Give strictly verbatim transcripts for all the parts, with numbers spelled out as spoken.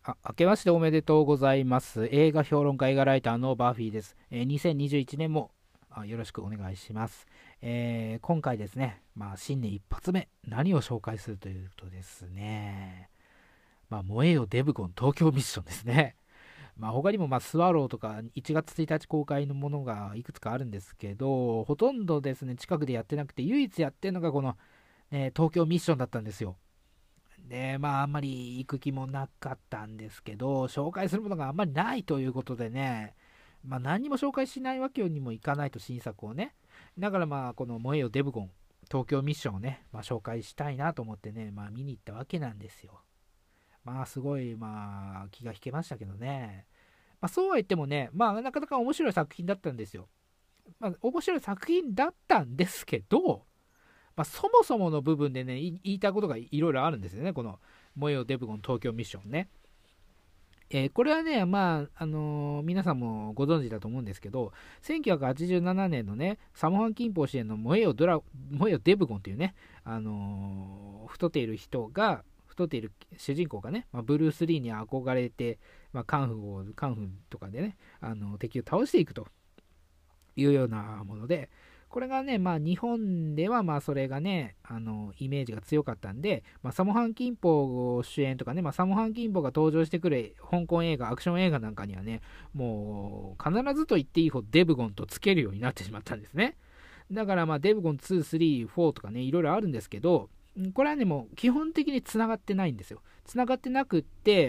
あ、明けましておめでとうございます。映画評論家、映画ライターのバーフィーです。えーにせんにじゅういちねんもあよろしくお願いします。えー今回ですね、まあ、新年一発目、何を紹介するというとですね、まあ、燃えよデブゴン東京ミッションですね。まあ、他にもまあスワローとかいちがつついたち公開のものがいくつかあるんですけど、ほとんどですね、近くでやってなくて、唯一やってるのがこの、ね、東京ミッションだったんですよ。で、まあ、あんまり行く気もなかったんですけど、紹介するものがあんまりないということでね、まあ、何も紹介しないわけにもいかないと、新作をね。だからまあ、この燃えよデブゴン、東京ミッションをね、まあ、紹介したいなと思ってね、まあ、見に行ったわけなんですよ。まあ、すごい、まあ、気が引けましたけどね。まあ、そうは言ってもね、まあ、なかなか面白い作品だったんですよ。まあ、面白い作品だったんですけど、まあ、そもそもの部分でね、言いたいことがいろいろあるんですよね、この燃えよデブゴン東京ミッションね。えーこれはね、まあ、あのー皆さんもご存知だと思うんですけど、せんきゅうひゃくはちじゅうななねんのね、サモハン・キンポ主演の燃えよドラ、燃えよデブゴンというね、あのー太っている人が、太っている主人公がね、まあ、ブルース・リーに憧れて、まあ、カンフーを、カンフーとかでね、あの敵を倒していくというようなもので、これがね、まあ、日本ではまあそれがね、あのイメージが強かったんで、まあ、サモハン・キンポ主演とかね、まあ、サモハン・キンポが登場してくる香港映画、アクション映画なんかにはね、もう必ずと言っていいほどデブゴンとつけるようになってしまったんですね。だからまあデブゴンに、さん、よんとかね、いろいろあるんですけど、これはね、もう基本的に繋がってないんですよ。繋がってなくって、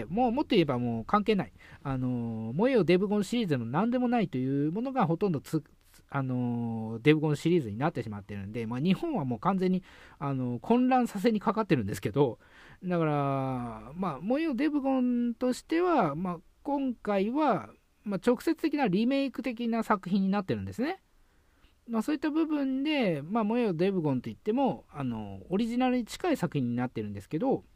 もうもっと言えばもう関係ない。あのー、燃えよデブゴンシリーズの何でもないというものがほとんどつあのデブゴンシリーズになってしまってるんで、まあ、日本はもう完全に、あの混乱させにかかってるんですけど、だから、まあ、もうよデブゴンとしては、まあ、今回は、まあ、直接的なリメイク的な作品になってるんですね。まあ、そういった部分で、まあ、もよデブゴンといっても、あのオリジナルに近い作品になってるんですけど、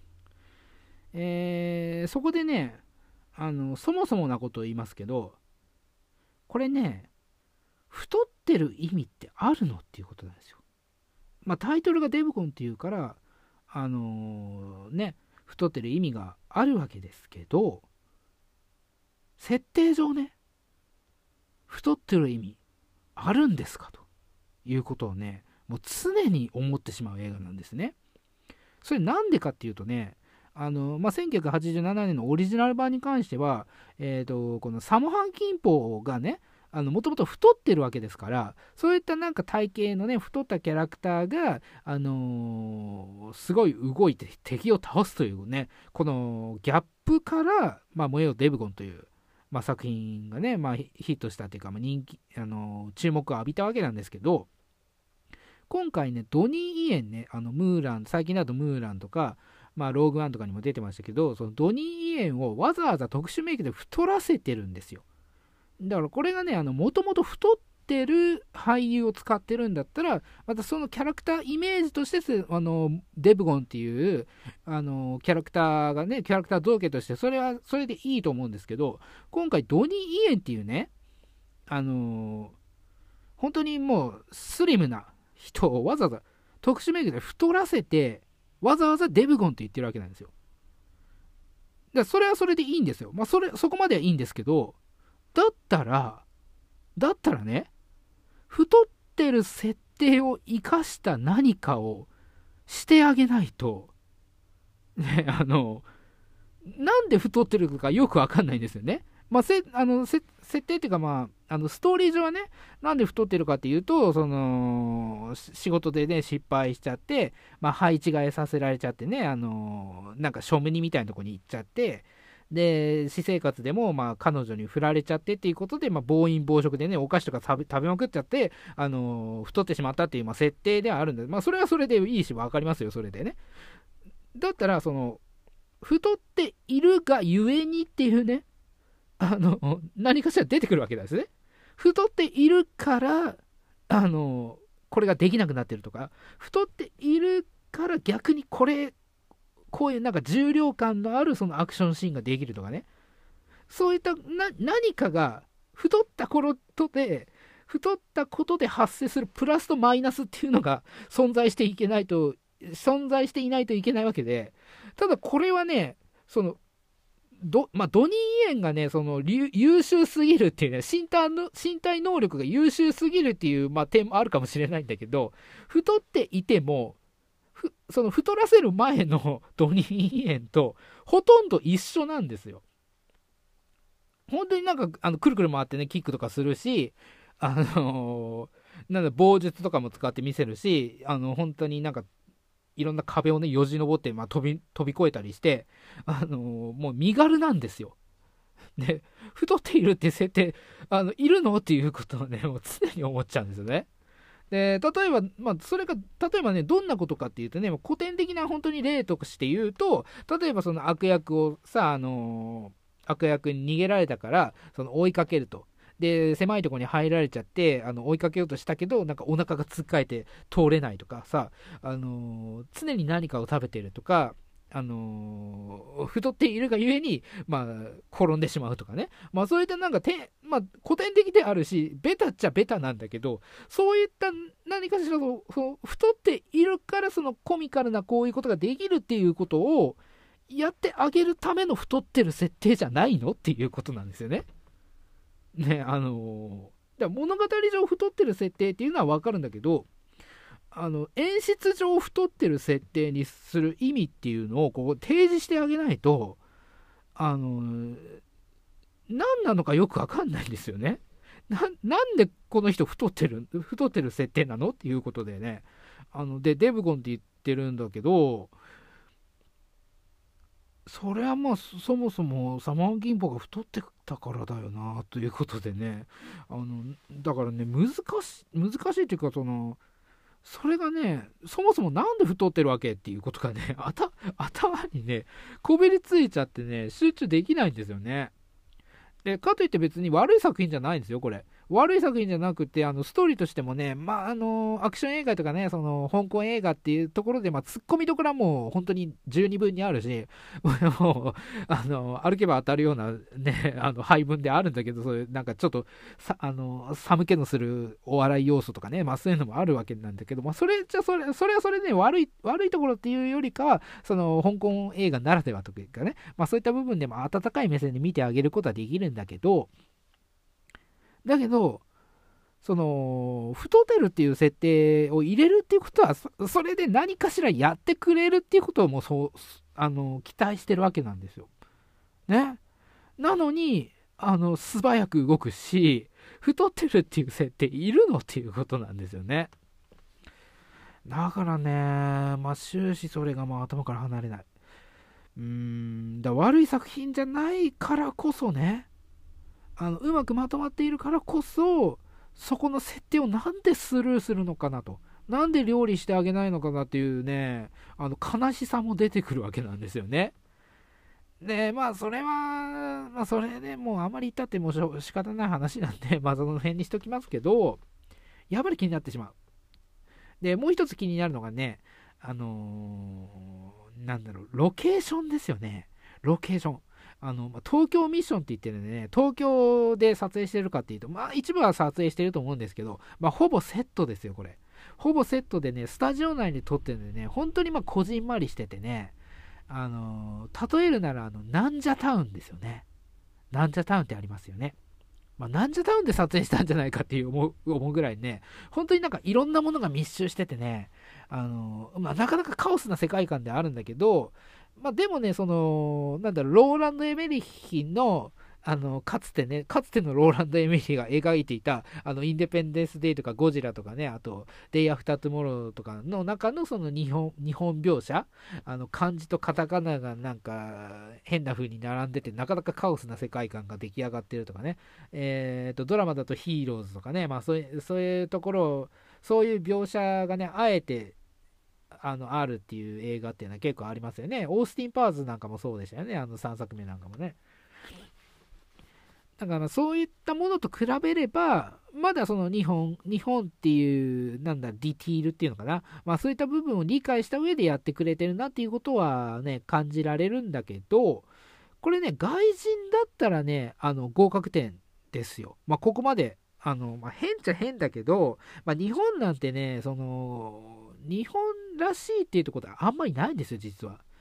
えーそこでね、あのそもそもなことを言いますけど、これね、太ってる意味ってあるのっていうことなんですよ。まあタイトルがデブゴンっていうから、あのーね、太ってる意味があるわけですけど、設定上ね、太ってる意味あるんですかということをね、もう常に思ってしまう映画なんですね。それなんでかっていうとね、あのまあ、せんきゅうひゃくはちじゅうななねんのオリジナル版に関しては、えー、とこのサモハン・キンポがね、もともと太ってるわけですから、そういったなんか体型のね、太ったキャラクターが、あのーすごい動いて敵を倒すというね、このギャップから、まあ、燃えよデブゴンという、まあ、作品がね、まあ、ヒットしたというか、まあ、人気、あのー注目を浴びたわけなんですけど、今回ね、ドニー・イエンね、あのムーラン、最近だとムーランとか、まあ、ローグワンとかにも出てましたけど、そのドニー・イエンをわざわざ特殊メイクで太らせてるんですよ。だからこれがね、もともと太ってる俳優を使ってるんだったら、またそのキャラクターイメージとしてあのデブゴンっていうあのキャラクターがね、キャラクター造形としてそれはそれでいいと思うんですけど、今回ドニー・イエンっていうね、あの本当にもうスリムな人をわざわざ特殊メイクで太らせて、わざわざデブゴンって言ってるわけなんですよ。だからそれはそれでいいんですよ。まあそれそこまではいいんですけど、だったらだったらね、太ってる設定を生かした何かをしてあげないと、ね、あのなんで太ってるのかよくわかんないんですよね。まあ、せあの設定っていうか、まあ、あのストーリー上はね、なんで太ってるかっていうと、その仕事でね、失敗しちゃって、まあ、配置換えさせられちゃってね、あのなんか、庶務にみたいなとこに行っちゃって、で、私生活でも、まあ、彼女に振られちゃってっていうことで、まあ、暴飲暴食でね、お菓子とか食べ食べまくっちゃって、あの太ってしまったっていう、まあ、設定ではあるんです。まあ、それはそれでいいし、わかりますよ、それでね。だったら、その、太っているがゆえにっていうね、あの、何かしら出てくるわけですね。太っているから、あの、これができなくなってるとか、太っているから逆にこれ、こういうなんか重量感のあるそのアクションシーンができるとかね。そういったな何かが太った頃とで、太ったことで発生するプラスとマイナスっていうのが存在していけないと、存在していないといけないわけで、ただこれはね、そのど、まあ、ドニー・イエンがね、その優秀すぎるっていうね、身体の身体能力が優秀すぎるっていう、まあ、点もあるかもしれないんだけど、太っていても、ふその太らせる前のドニー・イエンとほとんど一緒なんですよ。本当になんかあのくるくる回ってね、キックとかするし、あのー、なんだ棒術とかも使って見せるし、あの本当になんかいろんな壁をねよじ登って、まあ、飛び飛び越えたりして、あのー、もう身軽なんですよ。で、太っているっていう設定、あのいるのっていうことをね、もう常に思っちゃうんですよね。で、例えば、まあ、それが、例えばね、どんなことかっていうとね、古典的な本当に例として言うと、例えばその悪役をさ、あのー悪役に逃げられたから、その追いかけると。で、狭いところに入られちゃって、あの追いかけようとしたけど、なんかお腹がつっかえて通れないとかさ、あのー常に何かを食べてるとか、あのー太っているがゆえに、まあ、転んでしまうとかね。まあ、そういったなんかて、まあ、古典的であるし、ベタっちゃベタなんだけど、そういった何かしらその太っているから、そのコミカルなこういうことができるっていうことを、やってあげるための太ってる設定じゃないのっていうことなんですよね。ね、あのー、だ物語上太ってる設定っていうのは分かるんだけど、あの演出上太ってる設定にする意味っていうのをこう提示してあげないと、あのー、何なのかよく分かんないんですよね。な, なんでこの人太ってる太ってる設定なのっていうことでね、あのでデブゴンって言ってるんだけど、それはまあそもそもサマーギンポが太ってたからだよなということでね、あのだからね難しい難しいっていうか、そのそれがね、そもそもなんで太ってるわけっていうことがね、頭にねこびりついちゃってね、集中できないんですよね。でかといって別に悪い作品じゃないんですよ、これ。悪い作品じゃなくて、あのストーリーとしてもね、まああのアクション映画とかね、その香港映画っていうところで、まあ、ツッコミどころはもう本当に十二分にあるし、もうあの歩けば当たるような、ね、あの配分であるんだけど、そういうなんかちょっとさあの寒気のするお笑い要素とかね、まあ、そういうのもあるわけなんだけど、まあ、それじゃそれそれはそれで、ね、悪い悪いところっていうよりかは、その香港映画ならではというかね、まあ、そういった部分でも温かい目線で見てあげることはできるんだけど、だけど、その太ってるっていう設定を入れるっていうことは、 そ, それで何かしらやってくれるっていうことをもうそうあの期待してるわけなんですよ。ね。なのにあの素早く動くし、太ってるっていう設定いるのっていうことなんですよね。だからね、まあ終始それがまあ頭から離れない。うーんだ悪い作品じゃないからこそね、あのうまくまとまっているからこそ、そこの設定をなんでスルーするのかなと、なんで料理してあげないのかなっていうね、あの悲しさも出てくるわけなんですよね。でまあそれはまあそれでもうあまり言ったってもう仕方ない話なんで、まあその辺にしときますけど、やっぱり気になってしまう。でもう一つ気になるのがね、あのー、なんだろう、ロケーションですよね。ロケーション。あの東京ミッションって言ってるんでね、東京で撮影してるかっていうと、まあ一部は撮影してると思うんですけど、まあほぼセットですよ、これ。ほぼセットでね、スタジオ内に撮ってるんでね、本当にまあこじんまりしててね、あのー例えるならあの、なんじゃタウンですよね。なんじゃタウンってありますよね。まあ、なんじゃタウンで撮影したんじゃないかっていう思う思うぐらいね、本当になんかいろんなものが密集しててね、あのまあ、なかなかカオスな世界観であるんだけど、まあ、でもね、その、なんだろう、ローランド・エメリヒの、あのかつてね、かつてのローランド・エメリヒが描いていた、あのインデペンデンス・デイとかゴジラとかね、あと、デイ・アフター・トゥモローとかの中のその日本日本描写、あの漢字とカタカナがなんか変な風に並んでて、なかなかカオスな世界観が出来上がってるとかね、えーと、ドラマだとヒーローズとかね、まあそういう、そういうところを、そういう描写がね、あえて、あの、あるっていう映画っていうのは結構ありますよね。オースティン・パーズなんかもそうでしたよね。あのさんさくめなんかもね。だからそういったものと比べれば、まだその日本、日本っていう、なんだ、ディティールっていうのかな。まあそういった部分を理解した上でやってくれてるなっていうことはね、感じられるんだけど、これね、外人だったらね、あの、合格点ですよ。まあここまで、あの、まあ変っちゃ変だけど、まあ日本なんてね、その、日本らしいっていうところはあんまりないんですよ、実は。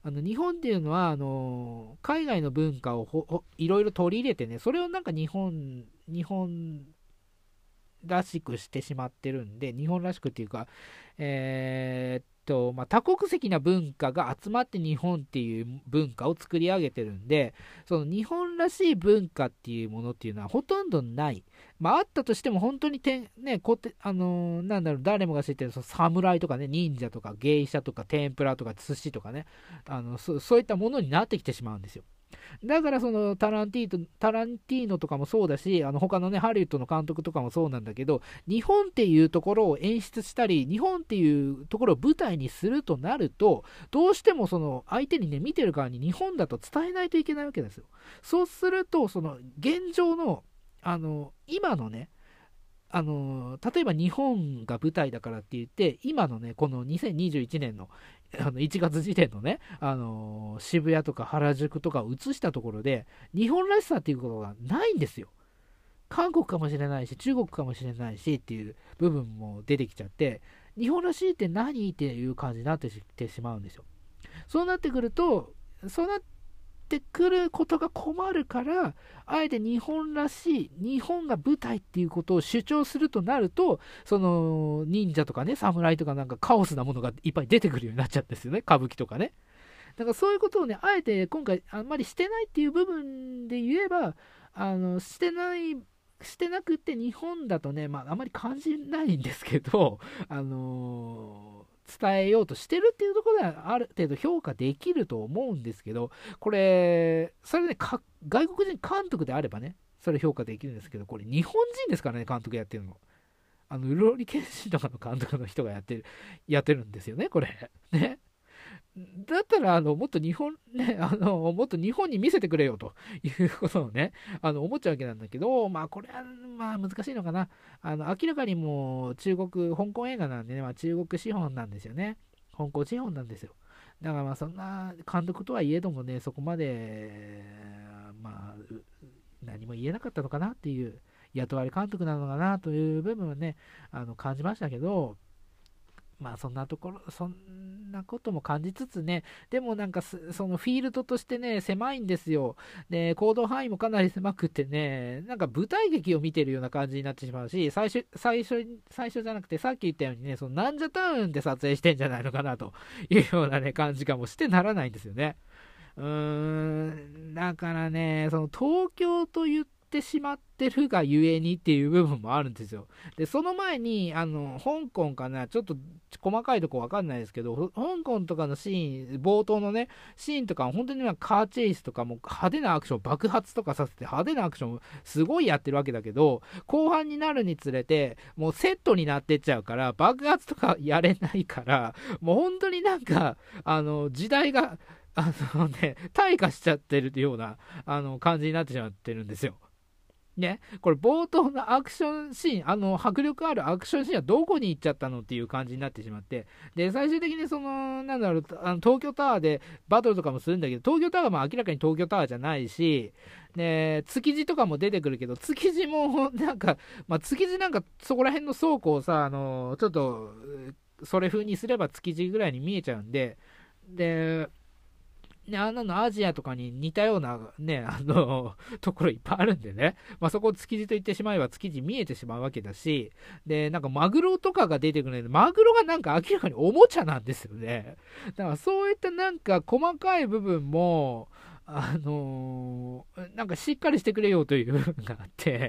あの日本っていうのはあの海外の文化をほほいろいろ取り入れてね、それをなんか日本日本らしくしてしまってるんで、日本らしくっていうか、えーっとまあ、多国籍な文化が集まって日本っていう文化を作り上げてるんで、その日本らしい文化っていうものっていうのはほとんどない。まあ、あったとしても本当にてん、ね、こてあのーなんだろう、誰もが知ってるその侍とかね、忍者とか芸者とか天ぷらとか寿司とかね、あのそそういったものになってきてしまうんですよ。だからそのタランティーノタランティーノとかもそうだし、あの他のねハリウッドの監督とかもそうなんだけど、日本っていうところを演出したり、日本っていうところを舞台にするとなると、どうしてもその相手にね、見てる側に日本だと伝えないといけないわけですよ。そうするとその現状のあの今のね、あの例えば日本が舞台だからって言って、今のね、このにせんにじゅういちねんのあのいちがつ時点のね、あの渋谷とか原宿とかを映したところで、日本らしさっていうことがないんですよ。韓国かもしれないし、中国かもしれないしっていう部分も出てきちゃって、日本らしいって何っていう感じになってしまうんですよ。そうなってくると、そうなってくることが困るから、あえて日本らしい、日本が舞台っていうことを主張するとなると、その忍者とかね、侍とかなんかカオスなものがいっぱい出てくるようになっちゃうんですよね、歌舞伎とかね。だからそういうことをね、あえて今回あんまりしてないっていう部分で言えば、あのしてないしてなくて、日本だとね、まあ、あまり感じないんですけど、あのー伝えようとしてるっていうところではある程度評価できると思うんですけど、これ、それね、か外国人監督であればね、それ評価できるんですけど、これ日本人ですからね、監督やってるの。あの、うろり剣心とかの監督の人がやってる、やってるんですよね、これ。ね。だったら、あの、もっと日本、ね、あの、もっと日本に見せてくれよということをね、あの、思っちゃうわけなんだけど、まあ、これは、まあ、難しいのかな。あの、明らかにもう、中国、香港映画なんでね、まあ、中国資本なんですよね。香港資本なんですよ。だから、まあ、そんな監督とはいえどもね、そこまで、まあ、何も言えなかったのかなっていう、雇われ監督なのかなという部分はね、あの、感じましたけど、まあそんなところ、そんなことも感じつつね、でもなんかそのフィールドとしてね、狭いんですよ。で、行動範囲もかなり狭くてね、なんか舞台劇を見てるような感じになってしまうし、最初、最初、最初じゃなくて、さっき言ったようにね、そのナンジャタウンで撮影してんじゃないのかなというようなね、感じかもしてならないんですよね。うーん、だからね、その東京と言ってしまってるがゆえにっていう部分もあるんですよ。で、その前に、あの、香港かな、ちょっと細かいとこわかんないですけど、香港とかのシーン、冒頭のね、シーンとか、本当にカーチェイスとかも派手なアクション、爆発とかさせて派手なアクションすごいやってるわけだけど、後半になるにつれて、もうセットになってっちゃうから、爆発とかやれないから、もう本当になんか、あの、時代が、あのね、退化しちゃってるようなあの感じになってしまってるんですよ。ね、これ冒頭のアクションシーン、あの迫力あるアクションシーンはどこに行っちゃったのっていう感じになってしまって、で、最終的にその、なんだろう、あの東京タワーでバトルとかもするんだけど、東京タワーも明らかに東京タワーじゃないし、で、築地とかも出てくるけど、築地もなんか、まあ、築地なんかそこら辺の倉庫をさ、あの、ちょっと、それ風にすれば築地ぐらいに見えちゃうんで、で、ね、あんなのアジアとかに似たようなね、あの、ところいっぱいあるんでね。まあ、そこを築地と言ってしまえば築地見えてしまうわけだし、で、なんかマグロとかが出てくるんで、マグロがなんか明らかにおもちゃなんですよね。だからそういったなんか細かい部分も、あのーなんかしっかりしてくれよという部分があって、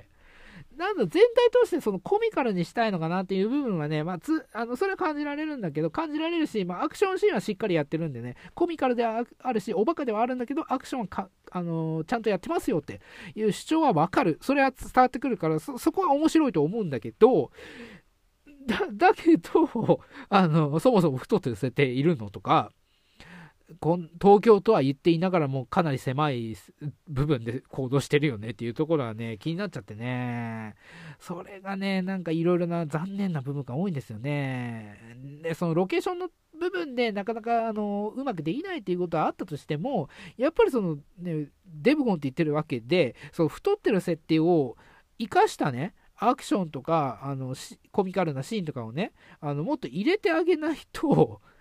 なんだ全体通してそのコミカルにしたいのかなっていう部分はね、まあ、つあのそれは感じられるんだけど、感じられるし、まあ、アクションシーンはしっかりやってるんでね、コミカルではあるし、おバカではあるんだけど、アクションはか、あのーちゃんとやってますよっていう主張はわかる。それは伝わってくるからそ、そこは面白いと思うんだけど、だだけど、あのそもそも太ってる設定いるのとか、こん東京とは言っていながらもかなり狭い部分で行動してるよねっていうところはね気になっちゃってね、それがねなんかいろいろな残念な部分が多いんですよね。でそのロケーションの部分でなかなかあのうまくできないっていうことはあったとしても、やっぱりその、ね、デブゴンって言ってるわけで、その太ってる設定を生かしたねアクションとかあのコミカルなシーンとかをね、あのもっと入れてあげないと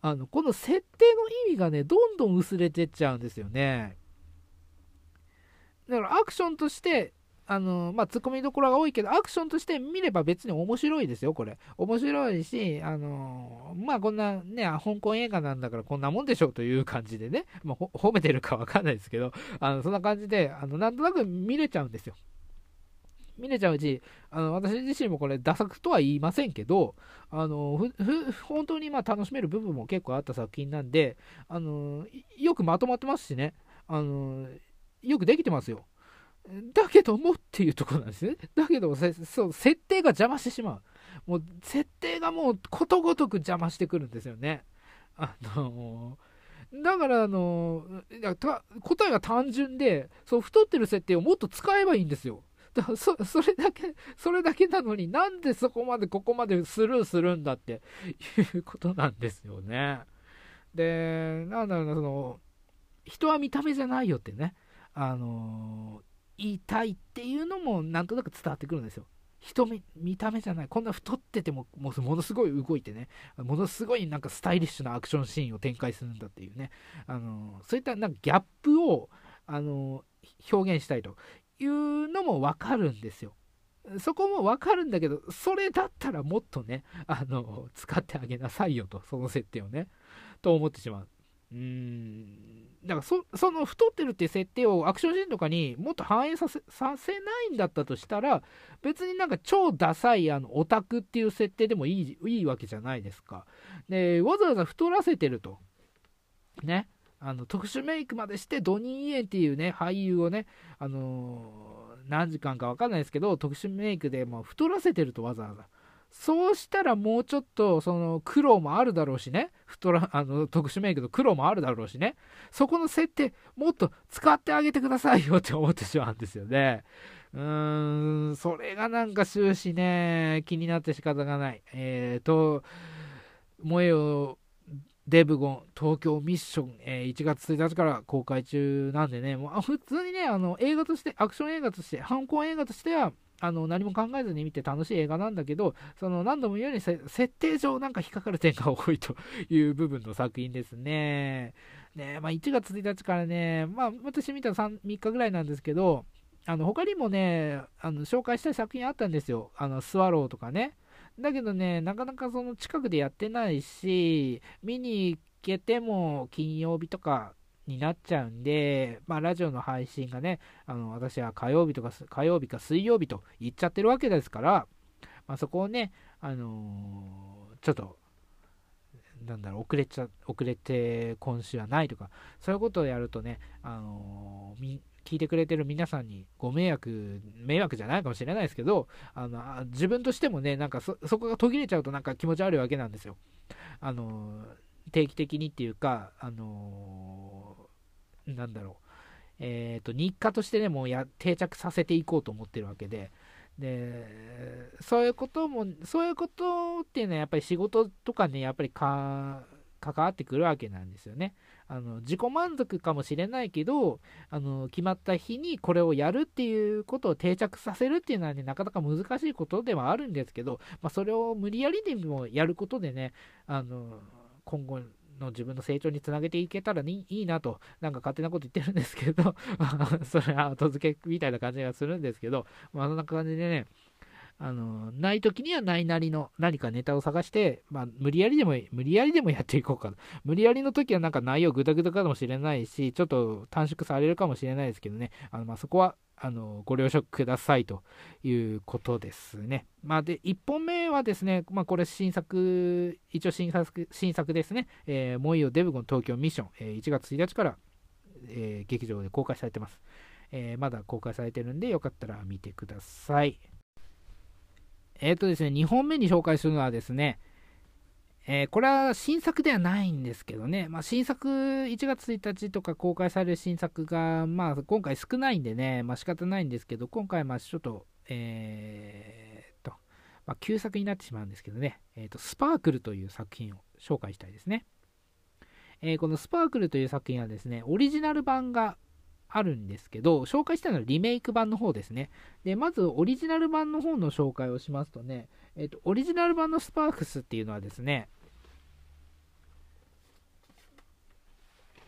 あのこの設定の意味がねどんどん薄れてっちゃうんですよね。だからアクションとしてあのまあツッコミどころが多いけど、アクションとして見れば別に面白いですよ。これ面白いし、あのまあこんなね香港映画なんだからこんなもんでしょうという感じでね、まあ、褒めてるかわかんないですけど、あのそんな感じであのなんとなく見れちゃうんですよ。見れちゃうし、あの私自身もこれダ作とは言いませんけど、あのふふ本当にまあ楽しめる部分も結構あった作品なんで、あのよくまとまってますしね、あのよくできてますよ。だけどもっていうところなんですね。だけどそう設定が邪魔してしまう。もう設定がもうことごとく邪魔してくるんですよね。あのだからあの答えが単純で、そう太ってる設定をもっと使えばいいんですよ。だから そ, それだけそれだけなのに、なんでそこまでここまでスルーするんだっていうことなんですよね。で、なんだろうな、その人は見た目じゃないよってね、あの言いたいっていうのもなんとなく伝わってくるんですよ。人見見た目じゃない、こんな太っててももものすごい動いてね、ものすごいなんかスタイリッシュなアクションシーンを展開するんだっていうね、あのそういったなんかギャップをあの表現したいというのも分かるんですよ。そこも分かるんだけど、それだったらもっとね、あの使ってあげなさいよと、その設定をね、と思ってしまう。うーんだから そ, その太ってるっていう設定をアクションシーンとかにもっと反映させさせないんだったとしたら、別になんか超ダサいあのオタクっていう設定でもいいいいわけじゃないですか。でわざわざ太らせてるとね、あの特殊メイクまでしてドニー・イエンっていうね俳優をね、あのー、何時間か分かんないですけど特殊メイクでもう太らせてると、わざわざそうしたらもうちょっとその苦労もあるだろうしね、太らあの特殊メイクの苦労もあるだろうしね、そこの設定もっと使ってあげてくださいよって思ってしまうんですよね。うーんそれがなんか終始ね気になって仕方がない。えーと燃えよデブゴン東京ミッション、えー、いちがつついたちから公開中なんでね、もう普通にねあの映画としてアクション映画として香港映画としてはあの何も考えずに見て楽しい映画なんだけど、その何度も言うように設定上なんか引っかかる点が多いという部分の作品ですね。ねまあ、いちがつついたちからね、まあ、私見たら 3, みっかぐらいなんですけど、あの他にもねあの紹介したい作品あったんですよ。あのスワローとかね。だけどね、なかなかその近くでやってないし、見に行けても金曜日とかになっちゃうんで、まあ、ラジオの配信がね、あの私は火曜日とか火曜日か水曜日と言っちゃってるわけですから、まあ、そこをね、あのー、ちょっと、なんだろう、遅れちゃ、遅れて今週はないとか、そういうことをやるとね、あのー、聞いてくれてる皆さんにご迷惑、迷惑じゃないかもしれないですけど、あの自分としてもね、なんか そ, そこが途切れちゃうとなんか気持ち悪いわけなんですよ。あの定期的にっていうか、あのなんだろう、えーと、日課としてね、もうや定着させていこうと思ってるわけで、で、そういうことも、そういうことっていうのはやっぱり仕事とかね、やっぱりか関わってくるわけなんですよね。あの自己満足かもしれないけど、あの決まった日にこれをやるっていうことを定着させるっていうのはね、なかなか難しいことではあるんですけど、まあ、それを無理やりでもやることでね、あの今後の自分の成長につなげていけたらいいなと、なんか勝手なこと言ってるんですけどそれは後付けみたいな感じがするんですけど、まあ、そんな感じでね、あのない時にはないなりの何かネタを探して、まあ、無理やりでも無理やりでもやっていこうか。無理やりの時はなんか内容グダグダかもしれないし、ちょっと短縮されるかもしれないですけどね、あのまあそこはあのご了承くださいということですね。まあ、でいっぽんめはですね、まあ、これ新作、一応新作新作ですね、えー、もういいよデブゴン東京ミッション、えー、いちがつついたちから、えー、劇場で公開されてます。えー、まだ公開されてるんで、よかったら見てください。えっとですね、にほんめに紹介するのはですね、えー、これは新作ではないんですけどね、まあ、新作、いちがつついたちとか公開される新作が、まあ、今回少ないんでね、まあ、仕方ないんですけど、今回、まあ、ちょっと、えー、っと、まあ、旧作になってしまうんですけどね、えー、っと、スパークルという作品を紹介したいですね。えー、このスパークルという作品はですね、オリジナル版があるんですけど、紹介したのはリメイク版の方ですね。で、まずオリジナル版の方の紹介をしますとね、えっと、オリジナル版のスパークスっていうのはですね、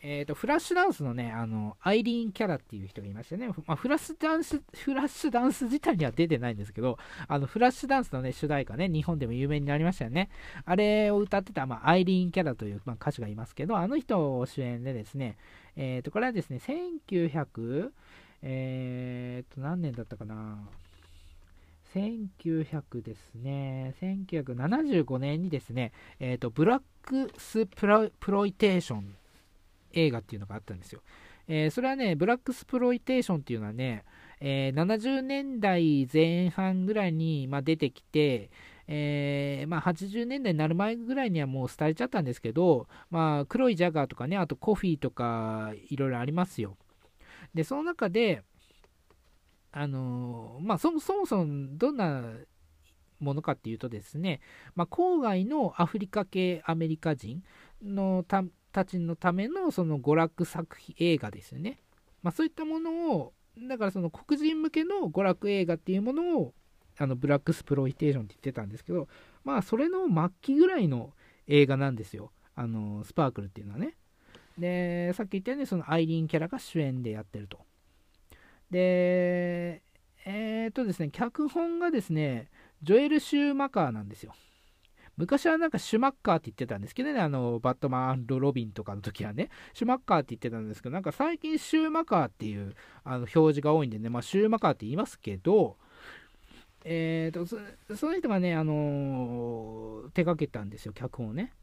えーと、フラッシュダンスのね、あの、アイリーン・キャラっていう人がいましてね、まあ、フラッシュダンス、フラッシュダンス自体には出てないんですけど、あの、フラッシュダンスのね、主題歌ね、日本でも有名になりましたよね。あれを歌ってた、まあ、アイリーン・キャラという、まあ、歌手がいますけど、あの人主演でですね、えーと、これはですね、せんきゅうひゃく、えーと、何年だったかな、せんきゅうひゃくですね、せんきゅうひゃくななじゅうごねんにですね、えーと、ブラックスプロプロイテーション映画っていうのがあったんですよ。えー、それはね、ブラックスプロイテーションっていうのはね、えー、ななじゅうねんだいぜん半ぐらいに、まあ、出てきて、えーまあ、はちじゅうねんだいになる前ぐらいにはもう廃れちゃったんですけど、まあ、黒いジャガーとかね、あとコフィーとかいろいろありますよ。で、その中で、あのーまあ、そもそもそもどんなものかっていうとですね、まあ、郊外のアフリカ系アメリカ人のたたちのためのその娯楽作品映画ですよね。まあ、そういったものを、だからその黒人向けの娯楽映画っていうものをあのブラックスプロイテーションって言ってたんですけど、まあそれの末期ぐらいの映画なんですよ。あのスパークルっていうのはね。で、さっき言ったようにそのアイリーンキャラが主演でやってると。で、えー、っとですね、脚本がですね、ジョエル・シューマカーなんですよ。昔はなんかシュマッカーって言ってたんですけどね、あのバットマンロビンとかの時はね、シュマッカーって言ってたんですけど、なんか最近シューマカーっていうあの表示が多いんでね、まあ、シューマカーって言いますけど、えーと、そ, その人がね、あのー、手掛けたんですよ、脚本をね。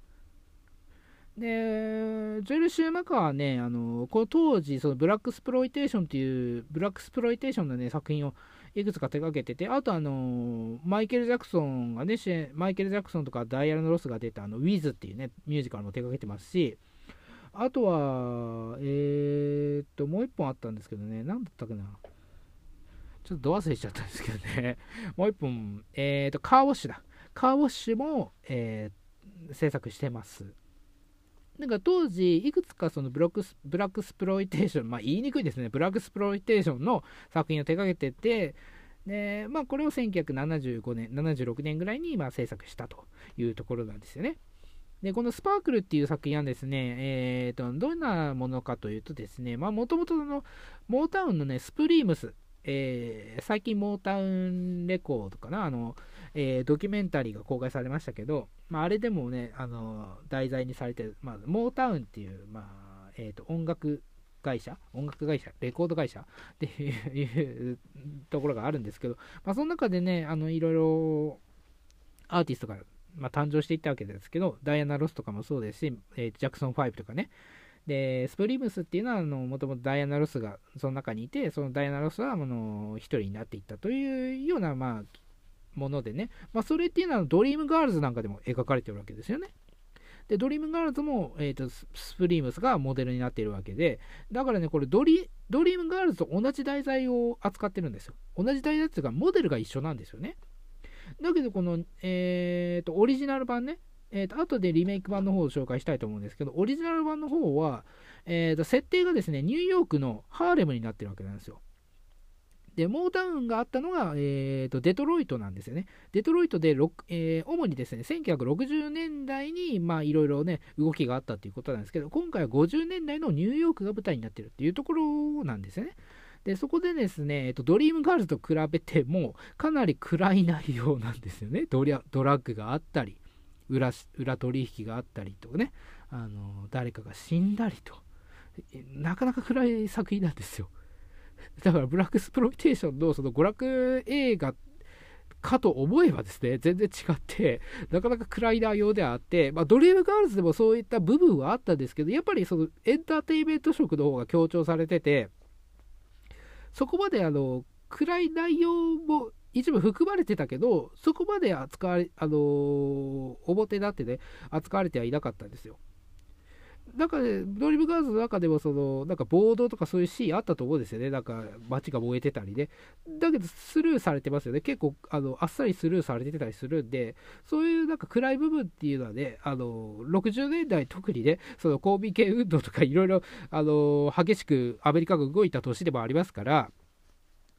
で、ジョエル・シューマカーはね、あのー、この当時、そのブラックスプロイテーションっていう、ブラックスプロイテーションの、ね、作品をいくつか手掛けてて、あとあのー、マイケル・ジャクソンがね、マイケル・ジャクソンとかダイアナ・ロスが出たあのウィズっていうね、ミュージカルも手掛けてますし、あとは、えーっと、もう一本あったんですけどね、なんだったかな。ちょっとど忘れしちゃったんですけどね、もう一本、えーっと、カーウォッシュだ。カーウォッシュも、えー、制作してます。なんか当時、いくつかそのブラックスブラックスプロイテーション、まあ言いにくいですね、ブラックスプロイテーションの作品を手掛けてて、でまあ、これをせんきゅうひゃくななじゅうごねん、ななじゅうろくねんぐらいにまあ制作したというところなんですよね。で、このスパークルっていう作品はですね、えー、とどんなものかというとですね、もともとのモータウンのね、スプリームス、えー最近モータウンレコードかな、あの、えードキュメンタリーが公開されましたけど、まあ、あれでもね、あの題材にされてる、まあ、モータウンっていう、まあえー、と音楽会社、音楽会社、レコード会社っていうところがあるんですけど、まあ、その中でね、あのいろいろアーティストが、まあ、誕生していったわけですけど、ダイアナ・ロスとかもそうですし、えー、ジャクソンファイブとかね、で、スプリームスっていうのは、もともとダイアナ・ロスがその中にいて、そのダイアナ・ロスはあの一人になっていったというような、まあ、ものでね、まあ、それっていうのはドリームガールズなんかでも描かれてるわけですよね。で、ドリームガールズも、えーと、スプリームスがモデルになっているわけで、だからね、これドリ、ドリームガールズと同じ題材を扱ってるんですよ。同じ題材っていうか、モデルが一緒なんですよね。だけど、この、えーと、オリジナル版ね、えーと、後でリメイク版の方を紹介したいと思うんですけど、オリジナル版の方は、えーと、設定がですね、ニューヨークのハーレムになってるわけなんですよ。で、モータウンがあったのが、えーと、デトロイトなんですよね。デトロイトで、えー、主にですね、せんきゅうひゃくろくじゅうねんだいに、まあ、いろいろね、動きがあったということなんですけど、今回はごじゅうねんだいのニューヨークが舞台になっているっていうところなんですよね。で、そこでですね、えっと、ドリームガールズと比べても、かなり暗い内容なんですよね。ドリャドラッグがあったり、裏、裏取引があったりとかね、あの、誰かが死んだりと、なかなか暗い作品なんですよ。だからブラックスプロイテーションのその娯楽映画かと思えばですね、全然違って、なかなか暗い内容ではあって、まあ、ドリームガールズでもそういった部分はあったんですけど、やっぱりそのエンターテインメント色の方が強調されてて、そこまであの暗い内容も一部含まれてたけど、そこまで扱われ、あのー、表立ってね、扱われてはいなかったんですよ。なんかね、ドリームガールズの中でもそのなんか暴動とかそういうシーンあったと思うんですよね。なんか街が燃えてたりね。だけどスルーされてますよね。結構あのあっさりスルーされてたりするんで、そういうなんか暗い部分っていうのはね、あのろくじゅうねんだい特にね、その公民権運動とかいろいろあの激しくアメリカが動いた年でもありますから、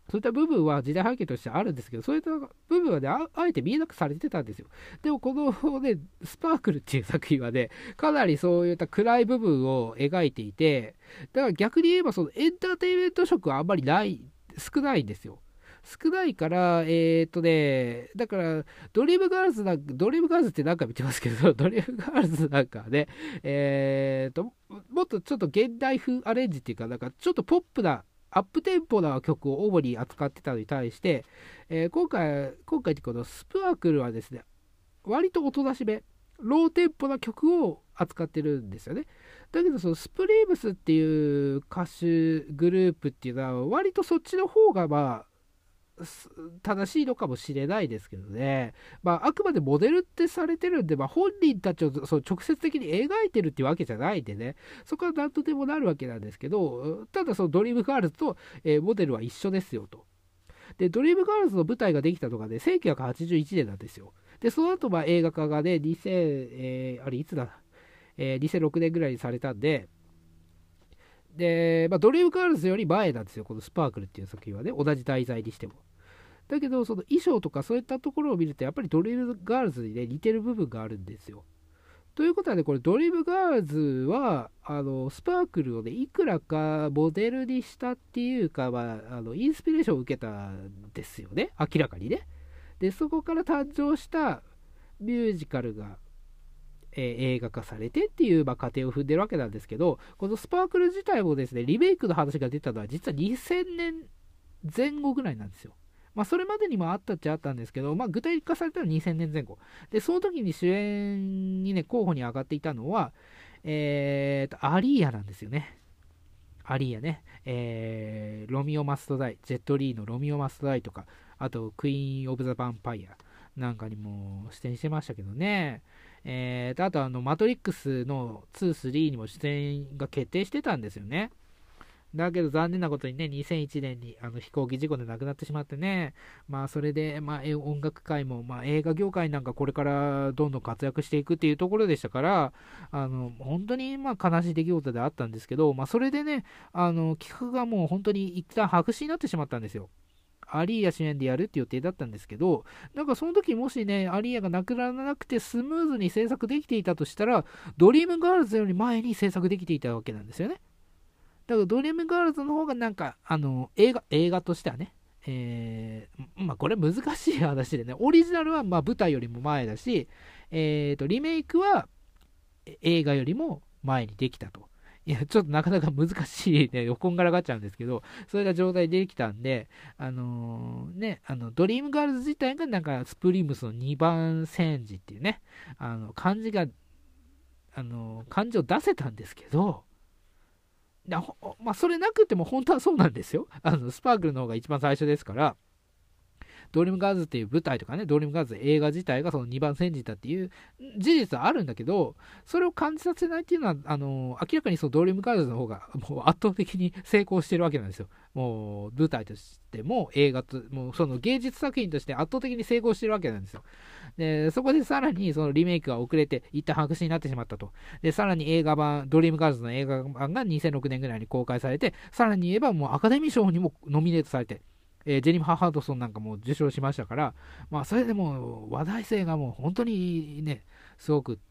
そういった部分は時代背景としてあるんですけど、そういった部分はね、ああえて見えなくされてたんですよ。でもこのね、スパークルっていう作品はね、かなりそういった暗い部分を描いていて、だから逆に言えばそのエンターテインメント色はあんまりない、少ないんですよ。少ないから、えーっとね、だから、ドリームガールズなんか、ドリームガールズって何回も言ってますけど、ドリームガールズなんかはね、えーっと、もっとちょっと現代風アレンジっていうか、なんかちょっとポップな、アップテンポな曲を主に扱ってたのに対して、えー今回、今回このスプアークルはですね、割とおとなしめ、ローテンポな曲を扱ってるんですよね。だけど、そのスプリーブスっていう歌手グループっていうのは、割とそっちの方が、まあ、正しいのかもしれないですけどね、まあ、あくまでモデルってされてるんで、まあ、本人たちをそう直接的に描いてるっていうわけじゃないんでね、そこは何とでもなるわけなんですけど、ただそのドリームガールズと、えーモデルは一緒ですよと。で、ドリームガールズの舞台ができたのがね、せんきゅうひゃくはちじゅういちねんなんですよ。で、その後まあ映画化がね、にせん、えーあれいつだ、えーにせんろくねんぐらいにされたんで、で、まあ、ドリームガールズより前なんですよ、このスパークルっていう作品はね、同じ題材にしても。だけど、その衣装とかそういったところを見ると、やっぱりドリームガールズにね、似てる部分があるんですよ。ということはね、これ、ドリームガールズは、あの、スパークルをね、いくらかモデルにしたっていうか、まあ、あの、インスピレーションを受けたんですよね。明らかにね。で、そこから誕生したミュージカルが、えー映画化されてっていう、まあ、過程を踏んでるわけなんですけど、このスパークル自体もですね、リメイクの話が出たのは、実はにせんねんぜん後ぐらいなんですよ。まあ、それまでにもあったっちゃあったんですけど、まあ、具体化されたのはにせんねんぜん後。で、その時に主演にね、候補に上がっていたのは、えーと、アリーヤなんですよね。アリーヤね。えー、ロミオ・マスト・ダイ、ジェット・リーのロミオ・マスト・ダイとか、あと、クイーン・オブ・ザ・ヴァンパイアなんかにも出演してましたけどね。えーと、あと、あの、マトリックスのに、さんにも出演が決定してたんですよね。だけど残念なことにね、にせんいちねんにあの飛行機事故で亡くなってしまってね、まあそれで、まあ、え音楽界も、まあ、映画業界なんかこれからどんどん活躍していくっていうところでしたから、あの本当にまあ悲しい出来事であったんですけど、まあ、それでね、あの企画がもう本当に一旦白紙になってしまったんですよ。アリーヤ主演でやるって予定だったんですけど、なんかその時もしね、アリーヤが亡くならなくてスムーズに制作できていたとしたら、ドリームガールズより前に制作できていたわけなんですよね。だからドリームガールズの方がなんか、あの、映画、映画としてはね、えー、まあこれ難しい話でね、オリジナルはまあ舞台よりも前だし、えーと、リメイクは映画よりも前にできたと。いや、ちょっとなかなか難しいね、こんがらがっちゃうんですけど、そういった状態でできたんで、あのーね、あの、ドリームガールズ自体がなんかスプリームスのにばん煎じっていうね、あの、漢字が、あの、漢字を出せたんですけど、まあ、それなくても本当はそうなんですよ。あのスパークルの方が一番最初ですから、ドリームガールズっていう舞台とかね、ドリームガールズ映画自体がそのにばん煎じたっていう事実はあるんだけど、それを感じさせないっていうのは、あの明らかにそのドリームガールズの方がもう圧倒的に成功してるわけなんですよ。もう舞台としても映画と、もうその芸術作品として圧倒的に成功してるわけなんですよ。で、そこでさらにそのリメイクが遅れて一旦白紙になってしまったと。で、さらに映画版、ドリームガールズの映画版がにせんろくねんぐらいに公開されて、さらに言えばもうアカデミー賞にもノミネートされて、えージェニファー・ハードソンなんかも受賞しましたから、まあ、それでも話題性がもう本当にね、すごくって、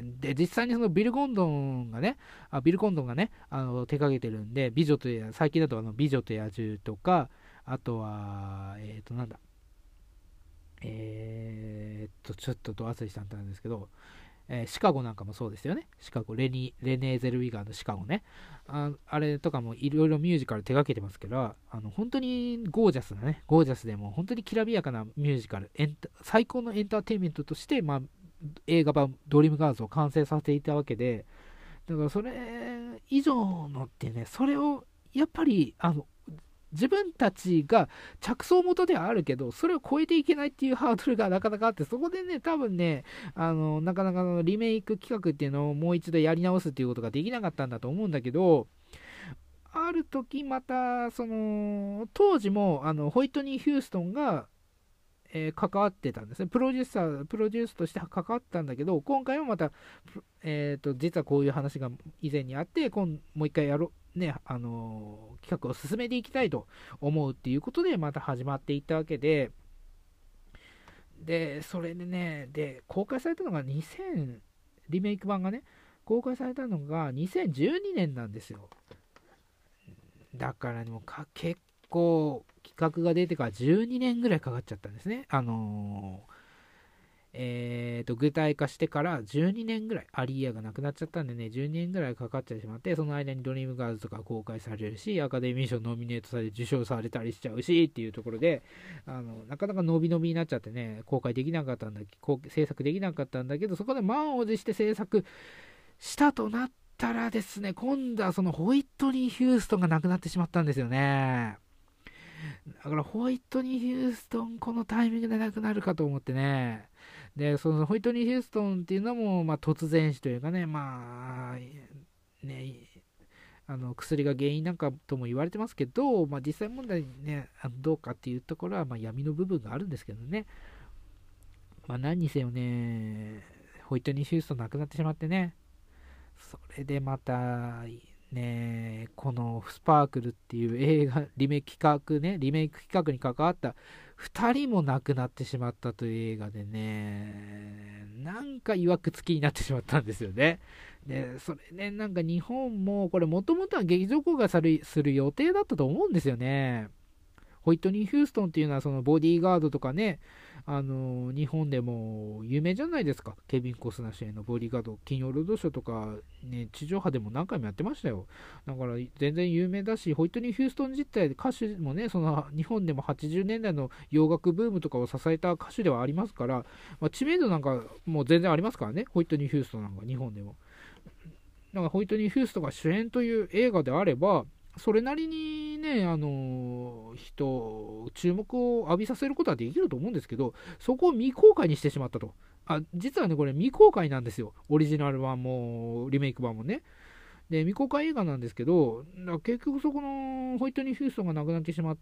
で、実際にそのビル・コンドンがね、あビル・コンドンがね、あの手掛けてるんで、美女とや、最近だとあの美女と野獣とか、あとは、えっ、ー、と、なんだ、えー、っと、ちょっとど忘れしたんですけど、えーシカゴなんかもそうですよね。シカゴ、レニレネーゼルウィガーのシカゴね。ああれとかもいろいろミュージカル手掛けてますけど、あの本当にゴージャスなね、ゴージャスでも本当にきらびやかなミュージカル、エンタ最高のエンターテインメントとして、まあ、映画版ドリームガールズを完成させていたわけで、だからそれ以上のってね、それをやっぱり、あの、自分たちが着想元ではあるけど、それを超えていけないっていうハードルがなかなかあって、そこでね、多分ね、あの、なかなかのリメイク企画っていうのをもう一度やり直すっていうことができなかったんだと思うんだけど、ある時また、その、当時も、あの、ホイットニー・ヒューストンが、えー関わってたんですね。プロデューサー、プロデュースとして関わったんだけど、今回もまた、えーと、実はこういう話が以前にあって、今もう一回やろね、あのー企画を進めていきたいと思うっていうことでまた始まっていったわけで、で、それでね、で、公開されたのがにせん、リメイク版がね、公開されたのがにせんじゅうにねんなんですよ。だからね、もうか結構企画が出てからじゅうにねんぐらいかかっちゃったんですね。あのーえー、と具体化してからじゅうにねんぐらい、アリアがなくなっちゃったんでね、じゅうにねんぐらいかかっちゃってしまって、その間にドリームガールズとか公開されるし、アカデミー賞ノミネートされて受賞されたりしちゃうしっていうところで、あのなかなか伸び伸びになっちゃってね、公開できなかったんだ制作できなかったんだけど、そこで満を持して制作したとなったらですね、今度はそのホイットニー・ヒューストンが亡くなってしまったんですよね。だからホイットニー・ヒューストン、このタイミングで亡くなるかと思ってね。で、そのホイットニー・ヒューストンっていうのも、まあ、突然死というかね、まあ、ね、あの薬が原因なんかとも言われてますけど、まあ、実際問題ね、あのどうかっていうところは、まあ、闇の部分があるんですけどね。まあ、何にせよね、ホイットニー・ヒューストン亡くなってしまってね、それでまた、ね、このスパークルっていう映画、リメイク企画ね、リメイク企画に関わったふたりも亡くなってしまったという映画でね、なんか曰くつきになってしまったんですよね。で、それね、なんか日本も、これもともとは劇場公開する予定だったと思うんですよね。ホイットニー・ヒューストンっていうのはそのボディーガードとかね、あのー日本でも有名じゃないですか。ケビン・コスナー主演のボディーガード、金曜ロードショーとか、ね、地上波でも何回もやってましたよ。だから全然有名だし、ホイットニー・ヒューストン自体、歌手もね、その日本でもはちじゅうねんだいの洋楽ブームとかを支えた歌手ではありますから、まあ、知名度なんかもう全然ありますからね、ホイットニー・ヒューストンなんか日本でも。だからホイットニー・ヒューストンが主演という映画であれば、それなりにね、あのー人、注目を浴びさせることはできると思うんですけど、そこを未公開にしてしまったと。あ、実はね、これ未公開なんですよ。オリジナル版も、リメイク版もね。で、未公開映画なんですけど、結局そこのホイットニー・ヒューストンが亡くなってしまって、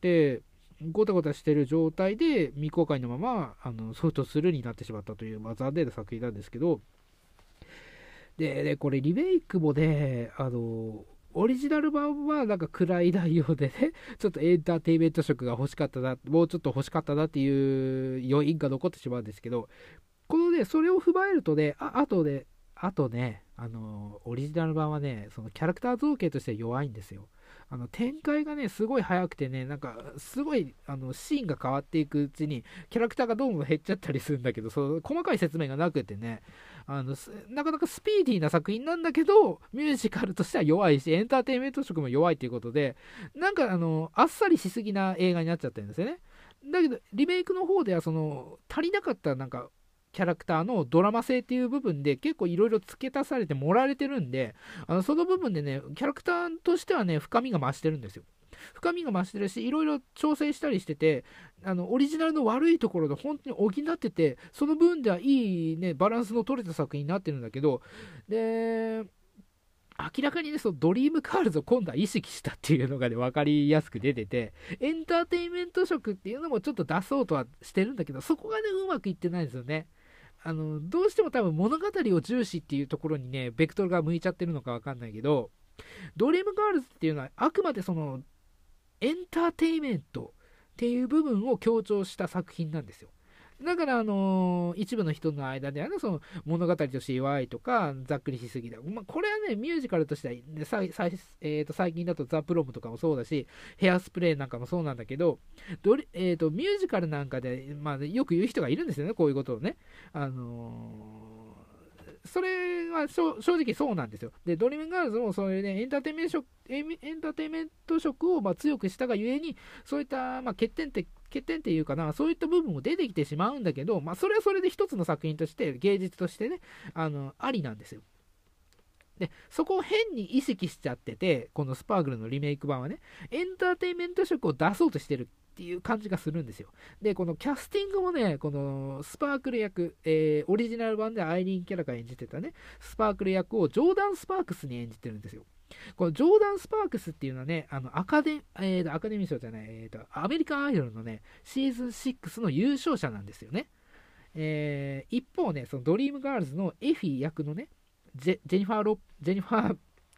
ごたごたしてる状態で未公開のままあのソフトスルーになってしまったという、まあ、残念な作品なんですけど、で、でこれリメイクもね、あの、オリジナル版はなんか暗い内容でね、ちょっとエンターテインメント色が欲しかったな、もうちょっと欲しかったなっていう余韻が残ってしまうんですけど、このね、それを踏まえるとね、ああとね、あとね、あの、オリジナル版はね、そのキャラクター造形として弱いんですよ。あの展開がね、すごい早くてね、なんか、すごいあのシーンが変わっていくうちに、キャラクターがどんどん減っちゃったりするんだけど、その細かい説明がなくてね、あのなかなかスピーディーな作品なんだけど、ミュージカルとしては弱いし、エンターテインメント色も弱いということで、なんかあのあっさりしすぎな映画になっちゃってるんですよね。だけど、リメイクの方ではその足りなかったなんかキャラクターのドラマ性っていう部分で結構いろいろ付け足されて盛られてるんで、あのその部分でね、キャラクターとしてはね、深みが増してるんですよ。深みが増してるし、いろいろ調整したりしてて、あのオリジナルの悪いところで本当に補ってて、その分ではいい、ね、バランスの取れた作品になってるんだけど、で、明らかにね、そのドリームガールズを今度は意識したっていうのがね、分かりやすく出てて、エンターテインメント色っていうのもちょっと出そうとはしてるんだけど、そこがね、うまくいってないんですよね。あのどうしても多分物語を重視っていうところにね、ベクトルが向いちゃってるのか分かんないけど、ドリームガールズっていうのはあくまでそのエンターテインメントっていう部分を強調した作品なんですよ。だから、あのー一部の人の間ではね、その物語として弱いとか、ざっくりしすぎだ。まあ、これはね、ミュージカルとしては、ねさいさいえー、と最近だとザ・プロムとかもそうだし、ヘアスプレーなんかもそうなんだけど、どれえー、とミュージカルなんかで、まあ、よく言う人がいるんですよね、こういうことをね。あのーそれは正直そうなんですよ。で、ドリームガールズもそういうね、エンターテインメント色エンターテインメント色をまあ強くしたがゆえに、そういったまあ欠点って、欠点っていうかな、そういった部分も出てきてしまうんだけど、まあ、それはそれで一つの作品として、芸術としてね、あの、ありなんですよ。で、そこを変に意識しちゃってて、このスパークルのリメイク版はね、エンターテインメント色を出そうとしてるっていう感じがするんですよ。で、このキャスティングもね、このスパークル役、えーオリジナル版でアイリーン・キャラが演じてたね、スパークル役をジョーダン・スパークスに演じてるんですよ。このジョーダン・スパークスっていうのはね、あのアカデ、えーと、アカデミー賞じゃない、えーと、アメリカンアイドルのね、シーズンシックスの優勝者なんですよね。えー一方ね、そのドリームガールズのエフィ役のね、ジェジェニファーロジェニファー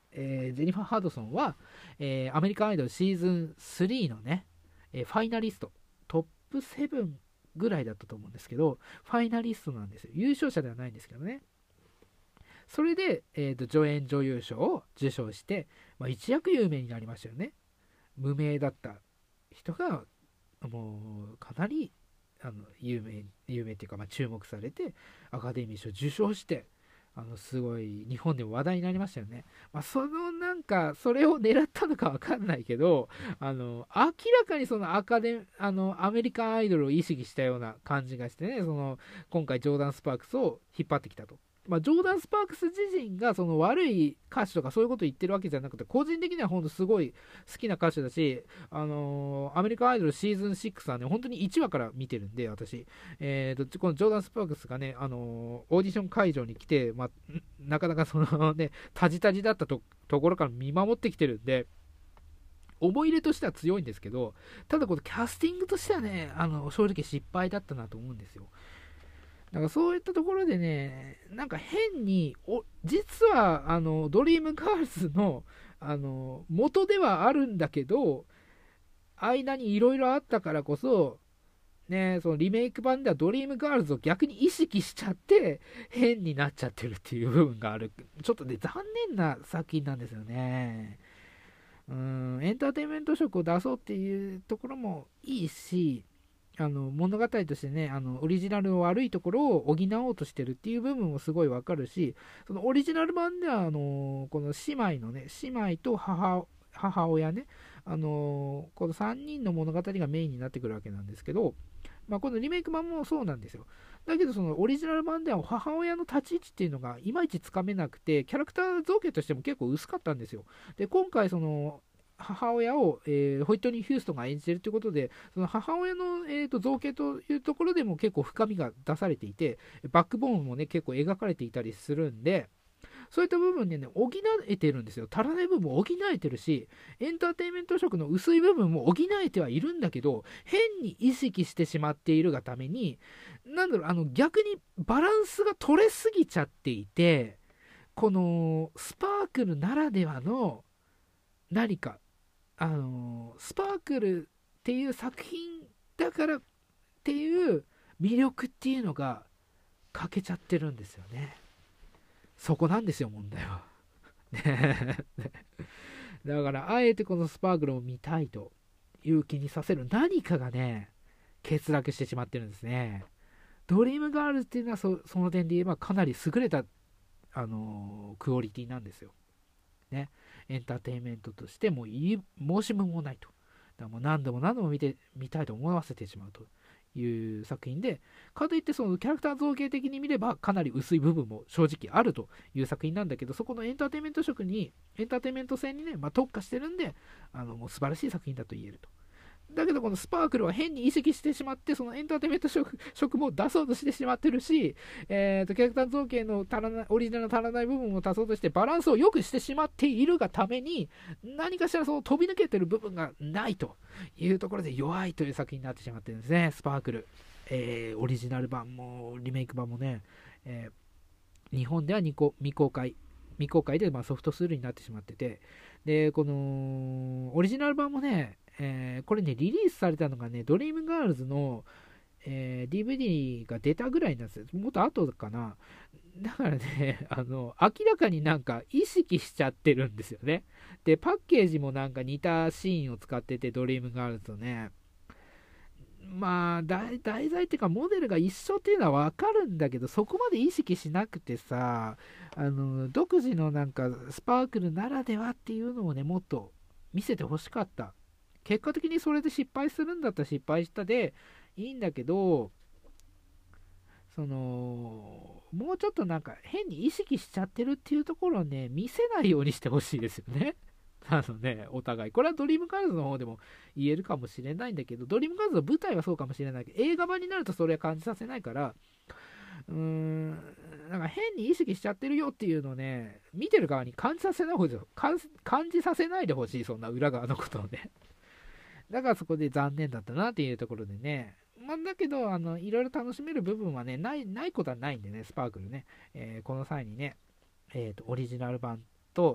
えー、ジェニファー・ハドソンは、えー、アメリカンアイドルシーズンスリーのね、えー、ファイナリスト、トップセブンぐらいだったと思うんですけど、ファイナリストなんですよ。優勝者ではないんですけどね。それで、えーと、助演女優賞を受賞して、まあ、一躍有名になりましたよね。無名だった人が、もうかなりあの有名、有名っていうか、まあ、注目されて、アカデミー賞受賞して、あのすごい日本でも話題になりましたよね。まあ、そのなんかそれを狙ったのかわかんないけど、あの明らかにそのアカデあのアメリカンアイドルを意識したような感じがしてね、その今回ジョーダン・スパークスを引っ張ってきたと。まあ、ジョーダン・スパークス自身がその悪い歌手とかそういうこと言ってるわけじゃなくて、個人的には本当すごい好きな歌手だし、あのーアメリカンアイドルシーズンシックスはね、本当にいちわから見てるんで、私、えーと、このジョーダン・スパークスがね、あのーオーディション会場に来て、まあ、なかなかそのね、タジタジだった と, ところから見守ってきてるんで、思い入れとしては強いんですけど、ただこのキャスティングとしてはね、あの正直失敗だったなと思うんですよ。だからそういったところでね、なんか変に、お実はあのドリームガールズのあの元ではあるんだけど、間にいろいろあったからこそ、ね、そのリメイク版ではドリームガールズを逆に意識しちゃって変になっちゃってるっていう部分がある。ちょっとね、残念な作品なんですよね。うん、エンターテインメント色を出そうっていうところもいいし、あの物語としてね、あのオリジナルの悪いところを補おうとしてるっていう部分もすごいわかるし、そのオリジナル版ではあのこの姉妹のね、姉妹と母母親ね、あのこのさんにんの物語がメインになってくるわけなんですけど、まあ、このリメイク版もそうなんですよ。だけどそのオリジナル版では母親の立ち位置っていうのがいまいちつかめなくて、キャラクター造形としても結構薄かったんですよ。で、今回その母親を、えーホイットニー・ヒューストンが演じているということで、その母親の、えーと造形というところでも結構深みが出されていて、バックボーンもね、結構描かれていたりするんで、そういった部分でね、補えてるんですよ。足らない部分も補えてるし、エンターテインメント色の薄い部分も補えてはいるんだけど、変に意識してしまっているがために、なんだろう、あの逆にバランスが取れすぎちゃっていて、このスパークルならではの何か、あのスパークルっていう作品だからっていう魅力っていうのが欠けちゃってるんですよね。そこなんですよ、問題は。ねだから、あえてこのスパークルを見たいという気にさせる何かがね、欠落してしまってるんですね。ドリームガールズっていうのは そ, その点で言えばかなり優れた、あのークオリティなんですよ。ね。エンターテインメントとしてもいい申し分もないと。だからもう何度も何度も見てみたいと思わせてしまうという作品で、かといってそのキャラクター造形的に見ればかなり薄い部分も正直あるという作品なんだけど、そこのエンターテインメント色に、エンターテインメント性にね、まあ、特化してるんで、あのもう素晴らしい作品だと言えると。だけどこのスパークルは変に意識してしまって、そのエンターテインメント色色も出そうとしてしまってるし、えー、とキャラクター造形の足らないオリジナルの足らない部分を足そうとしてバランスを良くしてしまっているがために、何かしらその飛び抜けてる部分がないというところで弱いという作品になってしまってるんですね、スパークル。えー、オリジナル版もリメイク版もね、えー、日本では未公開未公開でまあソフトスルーになってしまってて、でこのオリジナル版もね、えー、これねリリースされたのがねドリームガールズの、えー、ディーブイディー が出たぐらいなんですよ。もっと後かな。だからね、あの明らかになんか意識しちゃってるんですよね。でパッケージもなんか似たシーンを使ってて、ドリームガールズとね、まあ題材っていうかモデルが一緒っていうのは分かるんだけど、そこまで意識しなくてさ、あの独自のなんかスパークルならではっていうのをねもっと見せてほしかった。結果的にそれで失敗するんだったら失敗したでいいんだけど、そのもうちょっとなんか変に意識しちゃってるっていうところをね見せないようにしてほしいですよね。あのね、お互い。これはドリームガールズの方でも言えるかもしれないんだけど、ドリームガールズの舞台はそうかもしれないけど、映画版になるとそれは感じさせないから、うーん、なんか変に意識しちゃってるよっていうのをね、見てる側に感じさせない方が感感じさせないでほしい、そんな裏側のことをね。だからそこで残念だったなっていうところでね。まあ、だけど、あの、いろいろ楽しめる部分はね、ない、ないことはないんでね、スパークルね。えーこの際にね、えーと、オリジナル版と、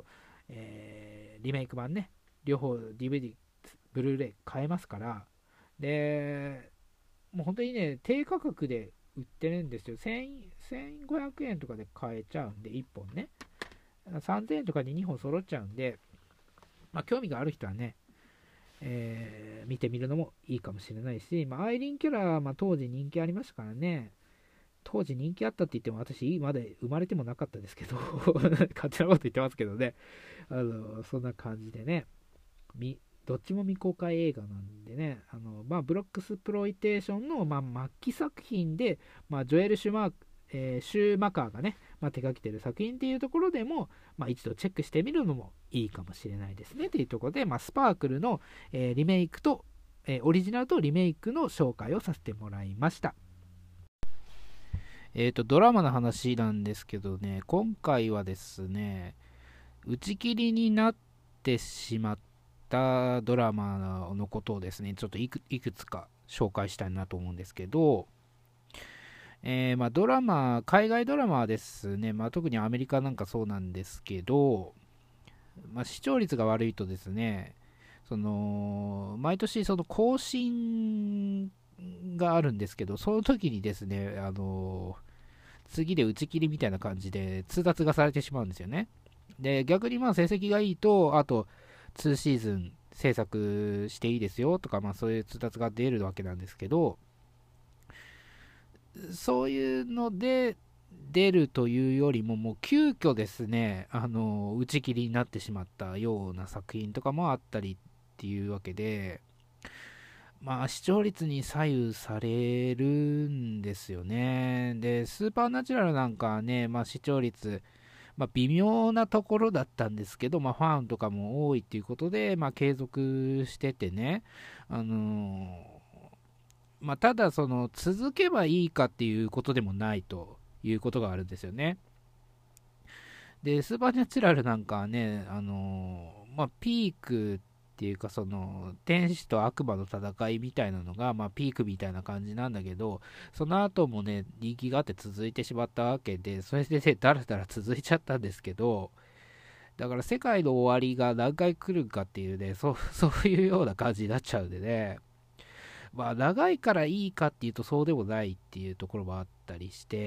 えーリメイク版ね、両方 ディーブイディー、ブルーレイ買えますから、で、もう本当にね、低価格で売ってるんですよ。せんごひゃくえんとかで買えちゃうんで、いっぽんね。さんぜんえんとかににほん揃っちゃうんで、まあ、興味がある人はね、えー見てみるのもいいかもしれないし、まあ、アイリンキャラ、まあ、当時人気ありましたからね、当時人気あったって言っても、私、まだ生まれてもなかったですけど、勝手なこと言ってますけどね、あのそんな感じでね、みどっちも未公開映画なんでね、あのまあ、ブロックスプロイテーションの、まあ、末期作品で、まあ、ジョエル・シュマー、えーシューマカーがね、まあ、手掛けてる作品っていうところでも、まあ、一度チェックしてみるのもいいかもしれないですねというところで、まあ、スパークルの、えーリメイクと、えーオリジナルとリメイクの紹介をさせてもらいました。えーと、ドラマの話なんですけどね、今回はですね、打ち切りになってしまったドラマのことをですね、ちょっといくいくつか紹介したいなと思うんですけど、えーまあ、ドラマ、海外ドラマはですね、まあ、特にアメリカなんかそうなんですけど、まあ、視聴率が悪いとですね、その毎年その更新があるんですけど、その時にですね、あの次で打ち切りみたいな感じで通達がされてしまうんですよね。で、逆にまあ成績がいいと、あとにシーズン制作していいですよとか、まあそういう通達が出るわけなんですけど、そういうので出るというよりも、もう急遽ですね、あの打ち切りになってしまったような作品とかもあったりっていうわけで、まあ視聴率に左右されるんですよね。で、スーパーナチュラルなんかはね、まあ視聴率、まあ、微妙なところだったんですけど、まあ、ファンとかも多いっていうことで、まあ、継続しててね、あのーまあ、ただその続けばいいかっていうことでもないということがあるんですよね。で、スーパーナチュラルなんかはね、あのーまあ、ピークっていうか、その天使と悪魔の戦いみたいなのが、まあ、ピークみたいな感じなんだけど、その後もね、人気があって続いてしまったわけで、それでね、だらだら続いちゃったんですけど、だから世界の終わりが何回来るかっていうね、そうそういうような感じになっちゃうんでね、まあ長いからいいかっていうとそうでもないっていうところもあったりして、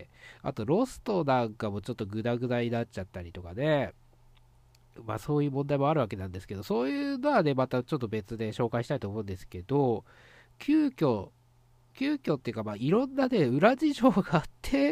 あとロストなんかもちょっとグダグダになっちゃったりとかで、まあそういう問題もあるわけなんですけど、そういうのはね、またちょっと別で紹介したいと思うんですけど、急遽、急遽っていうか、まあいろんなね、裏事情があって、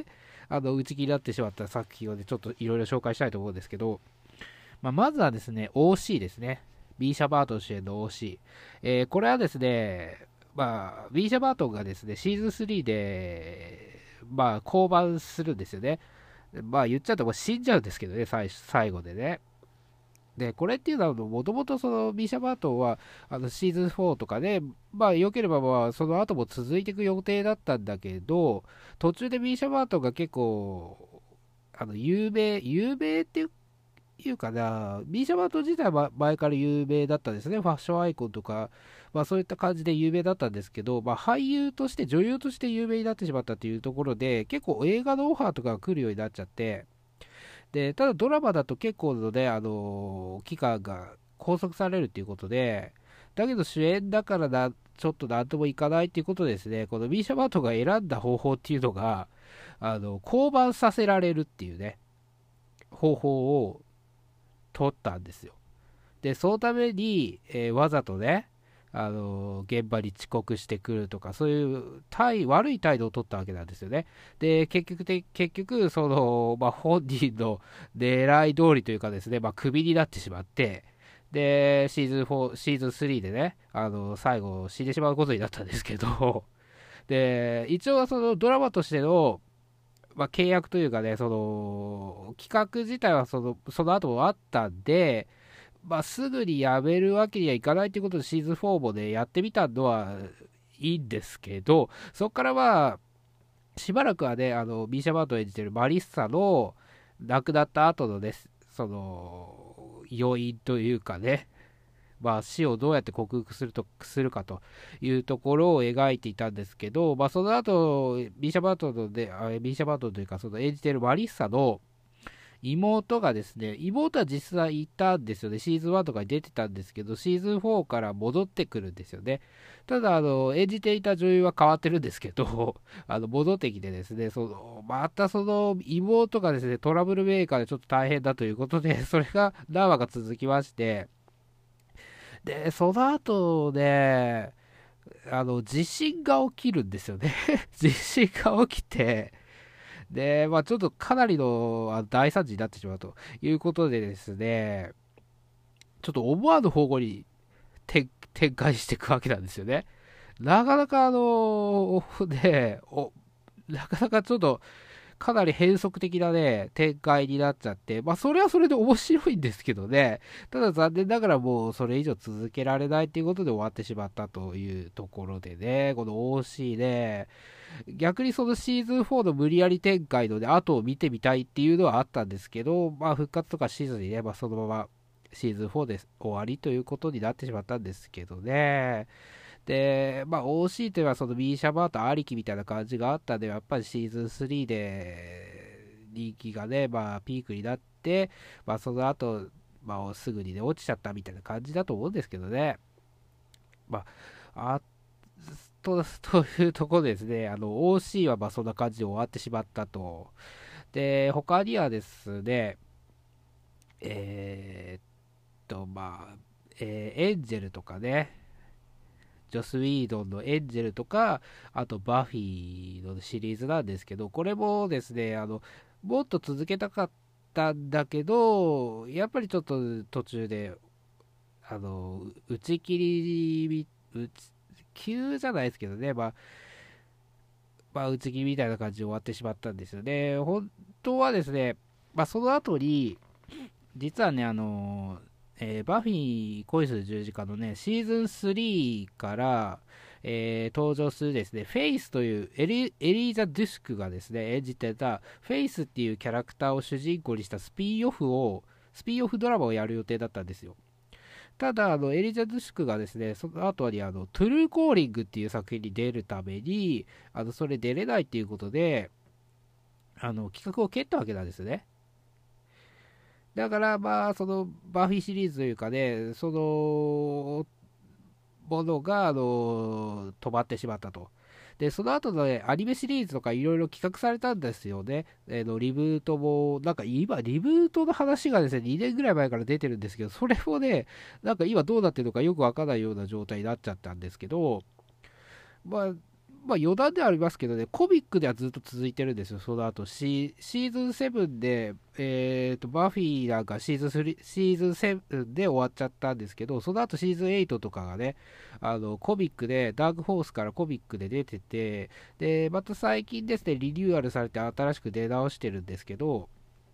あの、打ち切りになってしまった作品をね、ちょっといろいろ紹介したいと思うんですけど、まあ、まずはですね、オーシー ですね。ビーシャバートン主演の オーシー。えーこれはですね、まあ、ビーシャバートンがですね、シーズンスリーで、まあ、降板するんですよね。まあ、言っちゃうともう死んじゃうんですけどね、最最後でね。で、これっていうのは、もともとそのビーシャバートンはあのシーズンフォーとかで、まあ、良ければまあその後も続いていく予定だったんだけど、途中でビーシャバートンが結構、あの有名、有名っていういうかな、ビーシャバート自体は前から有名だったんですね。ファッションアイコンとか、まあそういった感じで有名だったんですけど、まあ俳優として、女優として有名になってしまったっていうところで、結構映画のオファーとかが来るようになっちゃって、で、ただドラマだと結構のね、あの期間が拘束されるっていうことで、だけど主演だからな、ちょっとなんともいかないっていうことでですね、このビーシャバートが選んだ方法っていうのが、あの、降板させられるっていうね、方法を取ったんですよ。で、そのために、えーわざとね、あのー現場に遅刻してくるとか、そういう態悪い態度を取ったわけなんですよね。で、結局で、結局、その、まあ、本人の狙い通りというかですね、まあ、クビになってしまって、で、シーズンフォー、シーズンスリーでね、あのー最後死んでしまうことになったんですけど、で、一応はそのドラマとしての、まあ、契約というかね、その企画自体はそのその後もあったんで、まあ、すぐにやめるわけにはいかないということでシーズンフォーもね、やってみたのはいいんですけど、そこからまあ、しばらくはね、あの、ビーシャバートを演じてるマリッサの亡くなった後のね、その、要因というかね、まあ、死をどうやって克服するとするかというところを描いていたんですけど、まあ、その後ビーシャバートンので、あビーシャバートンというか、その演じているマリッサの妹がですね、妹は実際いたんですよね。シーズンワンとかに出てたんですけど、シーズンフォーから戻ってくるんですよね。ただ、あの、演じていた女優は変わってるんですけど、あの、戻ってきてですね、その、またその妹がですね、トラブルメーカーでちょっと大変だということで、それが何話か続きまして、で、その後ね、あの、地震が起きるんですよね。地震が起きて、で、まあちょっとかなりのあの大惨事になってしまうということでですね、ちょっと思わぬ方向に展開していくわけなんですよね。なかなかあの、ね、おなかなかちょっとかなり変則的なね、展開になっちゃって、まあそれはそれで面白いんですけどね、ただ残念ながらもうそれ以上続けられないっていうことで終わってしまったというところでね、この オーシー ね、逆にそのシーズンフォーの無理やり展開ので後を見てみたいっていうのはあったんですけど、まあ復活とかシーズンにね、まあそのままシーズンフォーで終わりということになってしまったんですけどね。で、まあ オーシー というのはそのミーシャバートありきみたいな感じがあったんで、やっぱりシーズンスリーで人気がね、まあピークになって、まあその後、まあすぐにね、落ちちゃったみたいな感じだと思うんですけどね。まあ、あと、というところですね、あの、オーシー はまあそんな感じで終わってしまったと。で、他にはですね、えー、っと、まあ、えーエンジェルとかね、ジョス・ウィードンのエンジェルとか、あとバフィーのシリーズなんですけど、これもですね、あの、もっと続けたかったんだけど、やっぱりちょっと途中で、あの、打ち切り、打ち急じゃないですけどね、まあ、まあ、打ち切りみたいな感じで終わってしまったんですよね。本当はですね、まあ、その後に、実はね、あの、えーバフィー恋する十字架のね、シーズンスリーから、えー登場するですね、フェイスというエリ、エリーザ・デュスクがですね、演じてたフェイスっていうキャラクターを主人公にしたスピンオフを、スピンオフドラマをやる予定だったんですよ。ただ、あのエリザ・ドゥシクがですね、その後にあのトゥルーコーリングっていう作品に出るために、あのそれ出れないっていうことで、あの企画を蹴ったわけなんですね。だから、まあ、そのバーフィーシリーズというかね、そのものが、あの止まってしまったと。で、その後の、ね、アニメシリーズとかいろいろ企画されたんですよね。えー、のリブートも、なんか今、リブートの話がですね、にねんぐらい前から出てるんですけど、それもね、なんか今どうなってるのかよくわからないような状態になっちゃったんですけど、まあ、まあ余談ではありますけどね、コミックではずっと続いてるんですよ、その後シシーズンセブンで、えーと、バフィーなんかシーズンスリー、シーズンセブンで終わっちゃったんですけど、その後シーズンエイトとかがね、あのコミックで、ダークホースからコミックで出てて、で、また最近ですね、リニューアルされて新しく出直してるんですけど、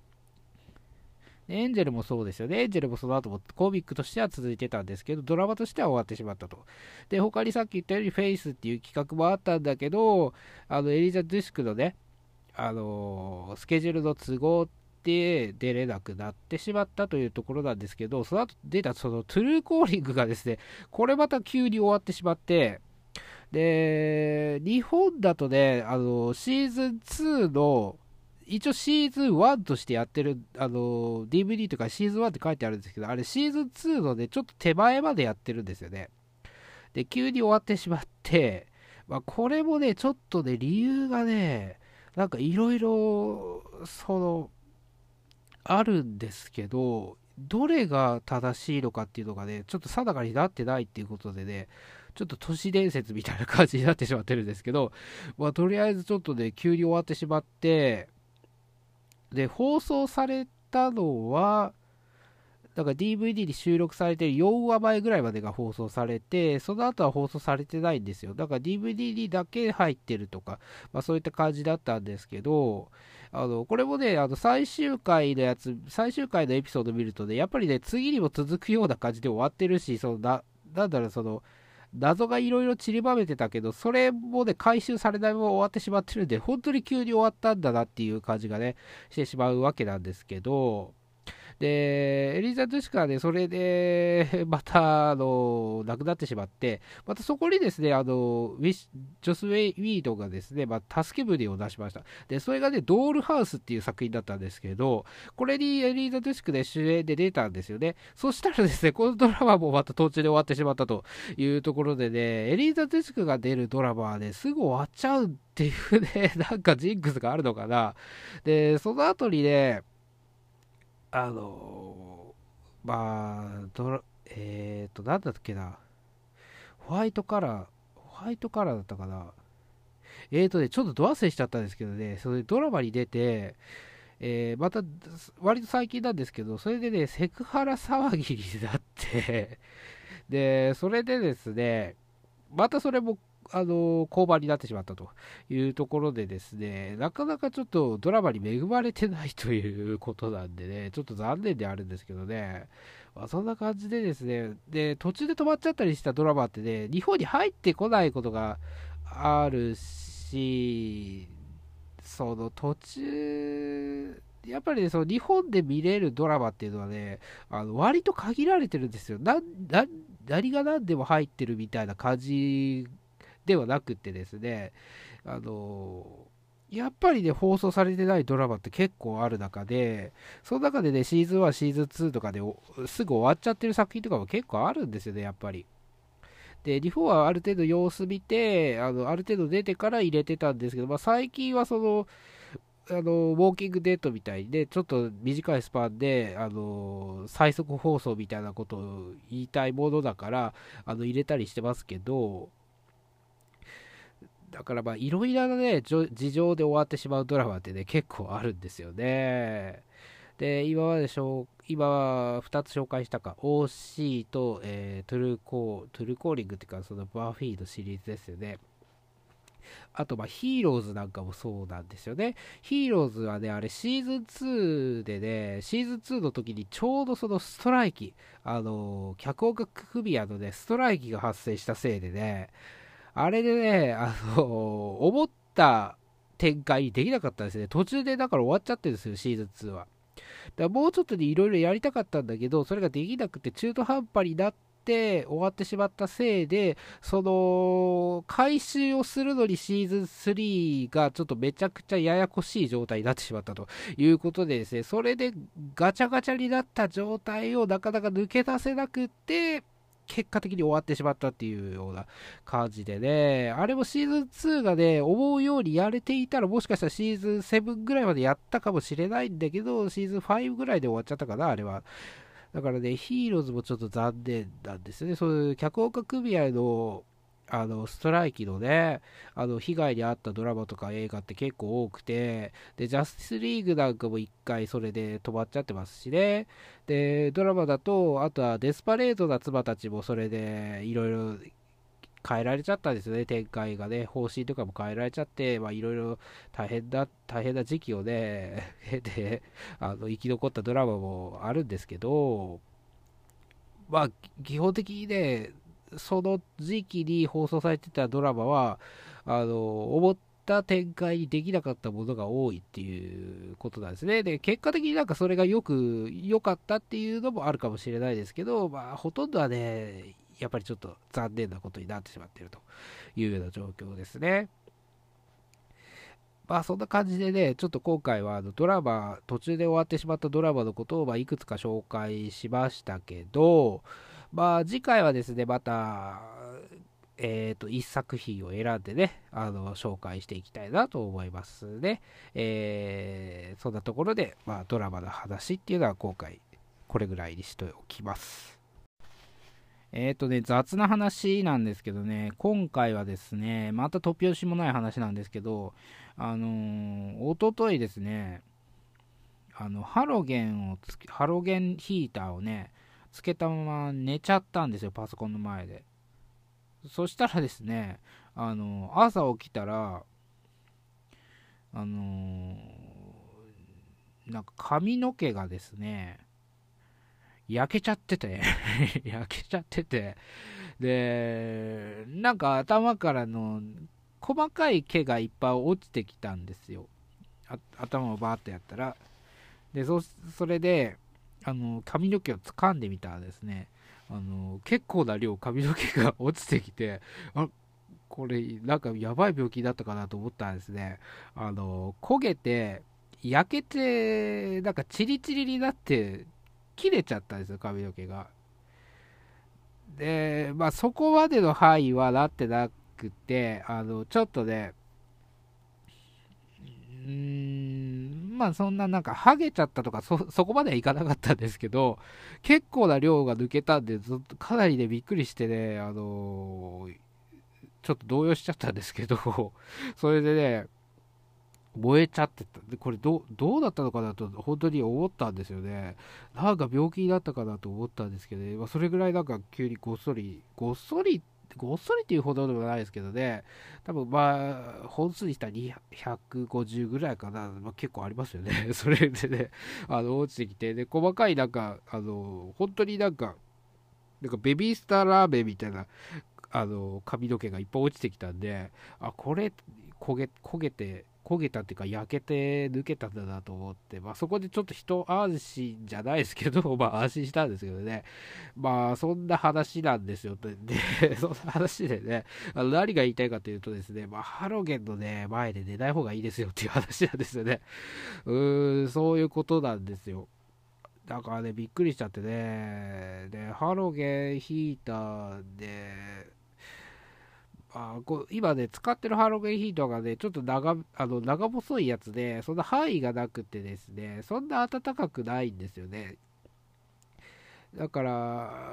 エンジェルもそうですよね。エンジェルもその後もコミックとしては続いてたんですけど、ドラマとしては終わってしまったと。で、他にさっき言ったようにフェイスっていう企画もあったんだけど、あのエリザ・ドゥシクのね、あのースケジュールの都合で出れなくなってしまったというところなんですけど、その後出たそのトゥルーコーリングがですね、これまた急に終わってしまって、で、日本だとね、あのシーズンツーの一応シーズンワンとしてやってる、あの、ディーブイディー とかシーズンワンって書いてあるんですけど、あれシーズンツーのね、ちょっと手前までやってるんですよね。で、急に終わってしまって、まあ、これもね、ちょっとね、理由がね、なんかいろいろ、その、あるんですけど、どれが正しいのかっていうのがね、ちょっと定かになってないっていうことでね、ちょっと都市伝説みたいな感じになってしまってるんですけど、まあ、とりあえずちょっとね、急に終わってしまって、で、放送されたのは、だから ディーブイディー に収録されてるよんわまえぐらいまでが放送されて、その後は放送されてないんですよ。だから ディーブイディー にだけ入ってるとか、まあそういった感じだったんですけど、あの、これもね、あの、最終回のやつ、最終回のエピソード見るとね、やっぱりね、次にも続くような感じで終わってるし、そのな、なんだろう、その、謎がいろいろ散りばめてたけど、それもね、回収されないまま終わってしまってるんで、本当に急に終わったんだなっていう感じがね、してしまうわけなんですけど、 で、エリザ・ドゥシカはね、それで、また、あの、亡くなってしまって、またそこにですね、あの、ウィシジョス・ウェイ・ウィードがですね、まあ、助け舟を出しました。で、それがね、ドールハウスっていう作品だったんですけど、これにエリザ・ドゥシクで主演で出たんですよね。そしたらですね、このドラマもまた途中で終わってしまったというところでね、エリザ・ドゥシクが出るドラマはね、すぐ終わっちゃうっていうね、なんかジンクスがあるのかな。で、その後にね、あのーまあ、ドラ、えっと、なんだっけな、ホワイトカラー、ホワイトカラーだったかな。えーとね、ちょっとド忘れしちゃったんですけどね、それドラマに出て、えーまた、割と最近なんですけど、それでね、セクハラ騒ぎになってで、それでですね、またそれも、あの、降板になってしまったというところでですね、なかなかちょっとドラマに恵まれてないということなんでね、ちょっと残念であるんですけどね、まあ、そんな感じでですね、で、途中で止まっちゃったりしたドラマってね、日本に入ってこないことがあるし、その途中、やっぱりね、その日本で見れるドラマっていうのはね、あの割と限られてるんですよ。なな何が何でも入ってるみたいな感じではなくてですね、あのやっぱりね、放送されてないドラマって結構ある中で、その中でね、シーズンワン、シーズンツーとかですぐ終わっちゃってる作品とかも結構あるんですよね、やっぱり。で、リフォーはある程度様子見て、あのある程度出てから入れてたんですけど、まあ、最近はその、あのウォーキングデッドみたいで、ちょっと短いスパンで、あの最速放送みたいなことを言いたいものだから、あの入れたりしてますけど、だからまあいろいろなね、事情で終わってしまうドラマってね、結構あるんですよね。で、今までしょう、今ふたつ紹介したか、オーシー と、えートゥルーコー、トゥルーコーリングっていうか、そのバーフィーのシリーズですよね。あと、まあ、ヒーローズなんかもそうなんですよね。ヒーローズはね、あれシーズンツーでね、シーズンツーの時にちょうどそのストライキ、あの、脚本家組合のね、ストライキが発生したせいでね、あれでね、あの、思った展開できなかったんですね。途中でだから終わっちゃってるんですよ、シーズンツーは。だからもうちょっとでいろいろやりたかったんだけど、それができなくて中途半端になって終わってしまったせいで、その、回収をするのにシーズンスリーがちょっとめちゃくちゃややこしい状態になってしまったということでですね、それでガチャガチャになった状態をなかなか抜け出せなくって、結果的に終わってしまったっていうような感じでね、あれもシーズンツーがね、思うようにやれていたら、もしかしたらシーズンセブンぐらいまでやったかもしれないんだけど、シーズンファイブぐらいで終わっちゃったかな、あれは。だからね、ヒーローズもちょっと残念なんですよね。そういう脚本家組合のあのストライキのね、あの被害に遭ったドラマとか映画って結構多くて、で、ジャスティスリーグなんかも一回それで止まっちゃってますしね。で、ドラマだと、あとはデスパレートな妻たちもそれでいろいろ変えられちゃったんですよね、展開がね、方針とかも変えられちゃって、まあ、いろいろ大変だ、大変な時期をね、経て、あの生き残ったドラマもあるんですけど、まあ、基本的にね、その時期に放送されてたドラマは、あの、思った展開にできなかったものが多いっていうことなんですね。で、結果的になんかそれがよく、良かったっていうのもあるかもしれないですけど、まあ、ほとんどはね、やっぱりちょっと残念なことになってしまっているというような状況ですね。まあそんな感じでね、ちょっと今回はあのドラマ、途中で終わってしまったドラマのことをまあいくつか紹介しましたけど、まあ次回はですね、また、えっと、一作品を選んでね、あの、紹介していきたいなと思いますね。えー、そんなところで、まあドラマの話っていうのは今回、これぐらいにしておきます。えっとね、雑な話なんですけどね、今回はですね、また突拍子もない話なんですけど、あのー、おとといですね、あの、ハロゲンをつけ、ハロゲンヒーターをね、つけたまま寝ちゃったんですよ、パソコンの前で。そしたらですね、あのー、朝起きたら、あのー、なんか髪の毛がですね、焼けちゃってて焼けちゃってて、で、なんか頭からの細かい毛がいっぱい落ちてきたんですよ。あ頭をバーッとやったら。で、そ、それで、 あの髪の毛を掴んでみたらですね、あの結構な量髪の毛が落ちてきて、あ、これなんかやばい病気だったかなと思ったらですね、あの焦げて焼けて、なんかチリチリになって切れちゃったんですよ、髪の毛が。で、まあそこまでの範囲はなってなくて、あのちょっとね、うーん、まあそんななんかハゲちゃったとか そ, そこまではいかなかったんですけど、結構な量が抜けたんで、ずっとかなりねびっくりしてね、あのーちょっと動揺しちゃったんですけど、それでね、燃えちゃってた。で、これどう、どうだったのかなと本当に思ったんですよね。なんか病気になったかなと思ったんですけどね、まあ、それぐらいなんか急にごっそり、ごっそり、ごっそりっていうほどでもないですけどね、多分まあ、本数にしたらにひゃくごじゅうぐらいかな、まあ、結構ありますよね。それでね、あの落ちてきて、で、細かいなんか、あの、本当になんか、なんかベビースターラーメンみたいなあの髪の毛がいっぱい落ちてきたんで、あ、これ焦げ焦げて焦げたっていうか焼けて抜けたんだなと思って、まあ、そこでちょっと一安心じゃないですけど、まあ安心したんですけどね、まあそんな話なんですよ。で、でそんな話でね、あの何が言いたいかというとですね、まあ、ハロゲンのね前で寝ない方がいいですよっていう話なんですよね。うーん、そういうことなんですよ。だからね、びっくりしちゃってね、で、ハロゲンヒーターで、あこう今ね、使ってるハロゲンヒーターがね、ちょっと長あの長細いやつで、そんな範囲がなくてですね、そんな暖かくないんですよね。だから、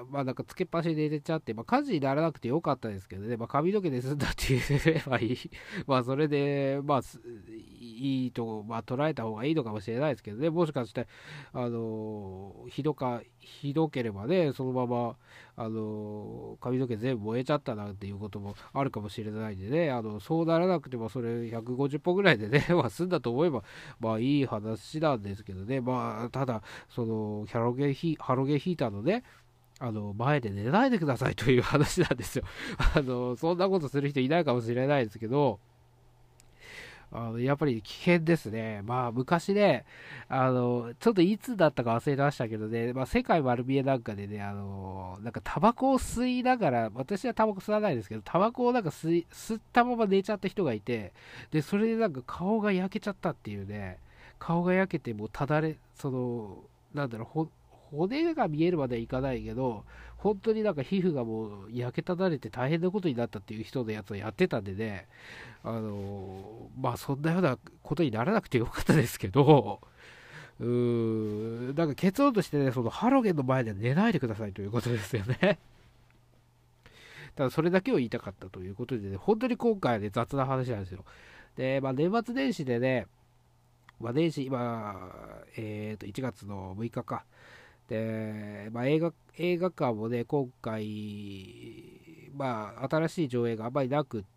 まあなんかつけっぱしで入れちゃって、まあ火事にならなくてよかったですけどね、まあ髪の毛で済んだって言えばいい。まあそれで、まあいいと、まあ捉えた方がいいのかもしれないですけどね、もしかして、あの、ひどか、ひどければね、そのまま、あの、髪の毛全部燃えちゃったなんていうこともあるかもしれないんでね、あの、そうならなくてもそれひゃくごじゅっぽんぐらいでね、まあ済んだと思えば、まあいい話なんですけどね、まあただ、そのハロゲンヒハロゲンヒーターのね、あの前で寝ないでくださいという話なんですよ。あのそんなことする人いないかもしれないですけど、あのやっぱり危険ですね。まあ昔ね、あのちょっといつだったか忘れましたけどね、まあ、世界丸見えなんかでね、あのなんかタバコを吸いながら、私はタバコ吸わないですけど、タバコをなんか吸い吸ったまま寝ちゃった人がいて、でそれでなんか顔が焼けちゃったっていうね、顔が焼けてもうただれ、そのなんだろう、ほ骨が見えるまではいかないけど、本当になんか皮膚がもう焼けただれて大変なことになったっていう人のやつをやってたんでね、あのまあそんなようなことにならなくてよかったですけど、うーん、なんか結論としてね、そのハロゲンの前で寝ないでくださいということですよね。ただそれだけを言いたかったということでね、本当に今回はね、雑な話なんですよ。で、まあ年末年始でね、まあ年始、今、えっ、と、いちがつのむいかか。で、まあ映画、映画館もね、今回、まあ新しい上映があんまりなくって、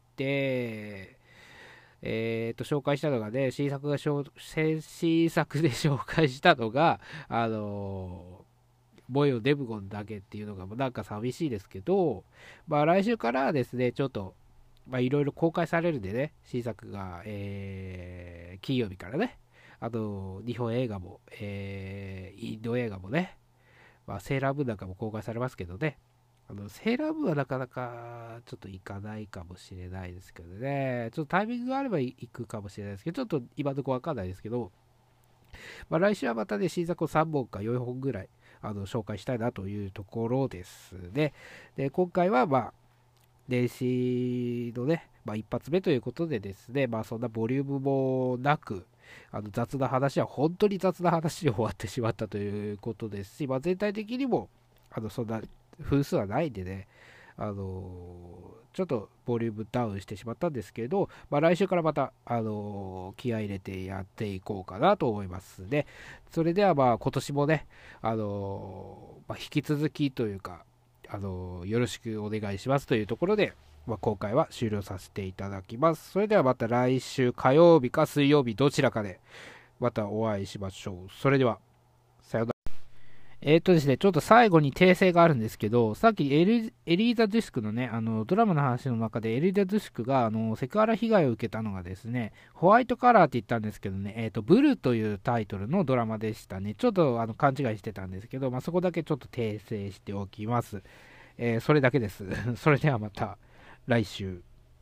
えー、と紹介したのがね、新作がしょ新作で紹介したのが、あのー、ボイオデブゴンだけっていうのがなんか寂しいですけど、まあ来週からはですね、ちょっと、まあいろいろ公開されるんでね、新作が、えー、金曜日からね、あと日本映画も、えー、インド映画もね、まあ、セーラームーンなんかも公開されますけどね、あのセーラームーンはなかなかちょっと行かないかもしれないですけどね、ちょっとタイミングがあれば行くかもしれないですけど、ちょっと今のところわかんないですけど、まあ、来週はまたね、新作をさんぼんかよんほんぐらいあの紹介したいなというところですね。で、今回はまあ、年始のね、まあ、一発目ということでですね、まあそんなボリュームもなく、あの雑な話は本当に雑な話で終わってしまったということですし、まあ、全体的にもあのそんな分数はないんでね、あのーちょっとボリュームダウンしてしまったんですけど、まあ、来週からまた、あのー気合い入れてやっていこうかなと思いますね。それではまあ今年もね、あのーまあ、引き続きというか、あのーよろしくお願いしますというところで、まあ、今回は終了させていただきます。それではまた来週火曜日か水曜日どちらかでまたお会いしましょう。それでは、さようなら。 えっとですね、ちょっと最後に訂正があるんですけど、さっきエリエリーザ・デュシクのね、あのドラマの話の中でエリーザ・デュシクがあのセクハラ被害を受けたのがですね、ホワイトカラーって言ったんですけどね、えっと、ブルーというタイトルのドラマでしたね。ちょっとあの勘違いしてたんですけど、まあ、そこだけちょっと訂正しておきます。えーそれだけです。それではまた来週。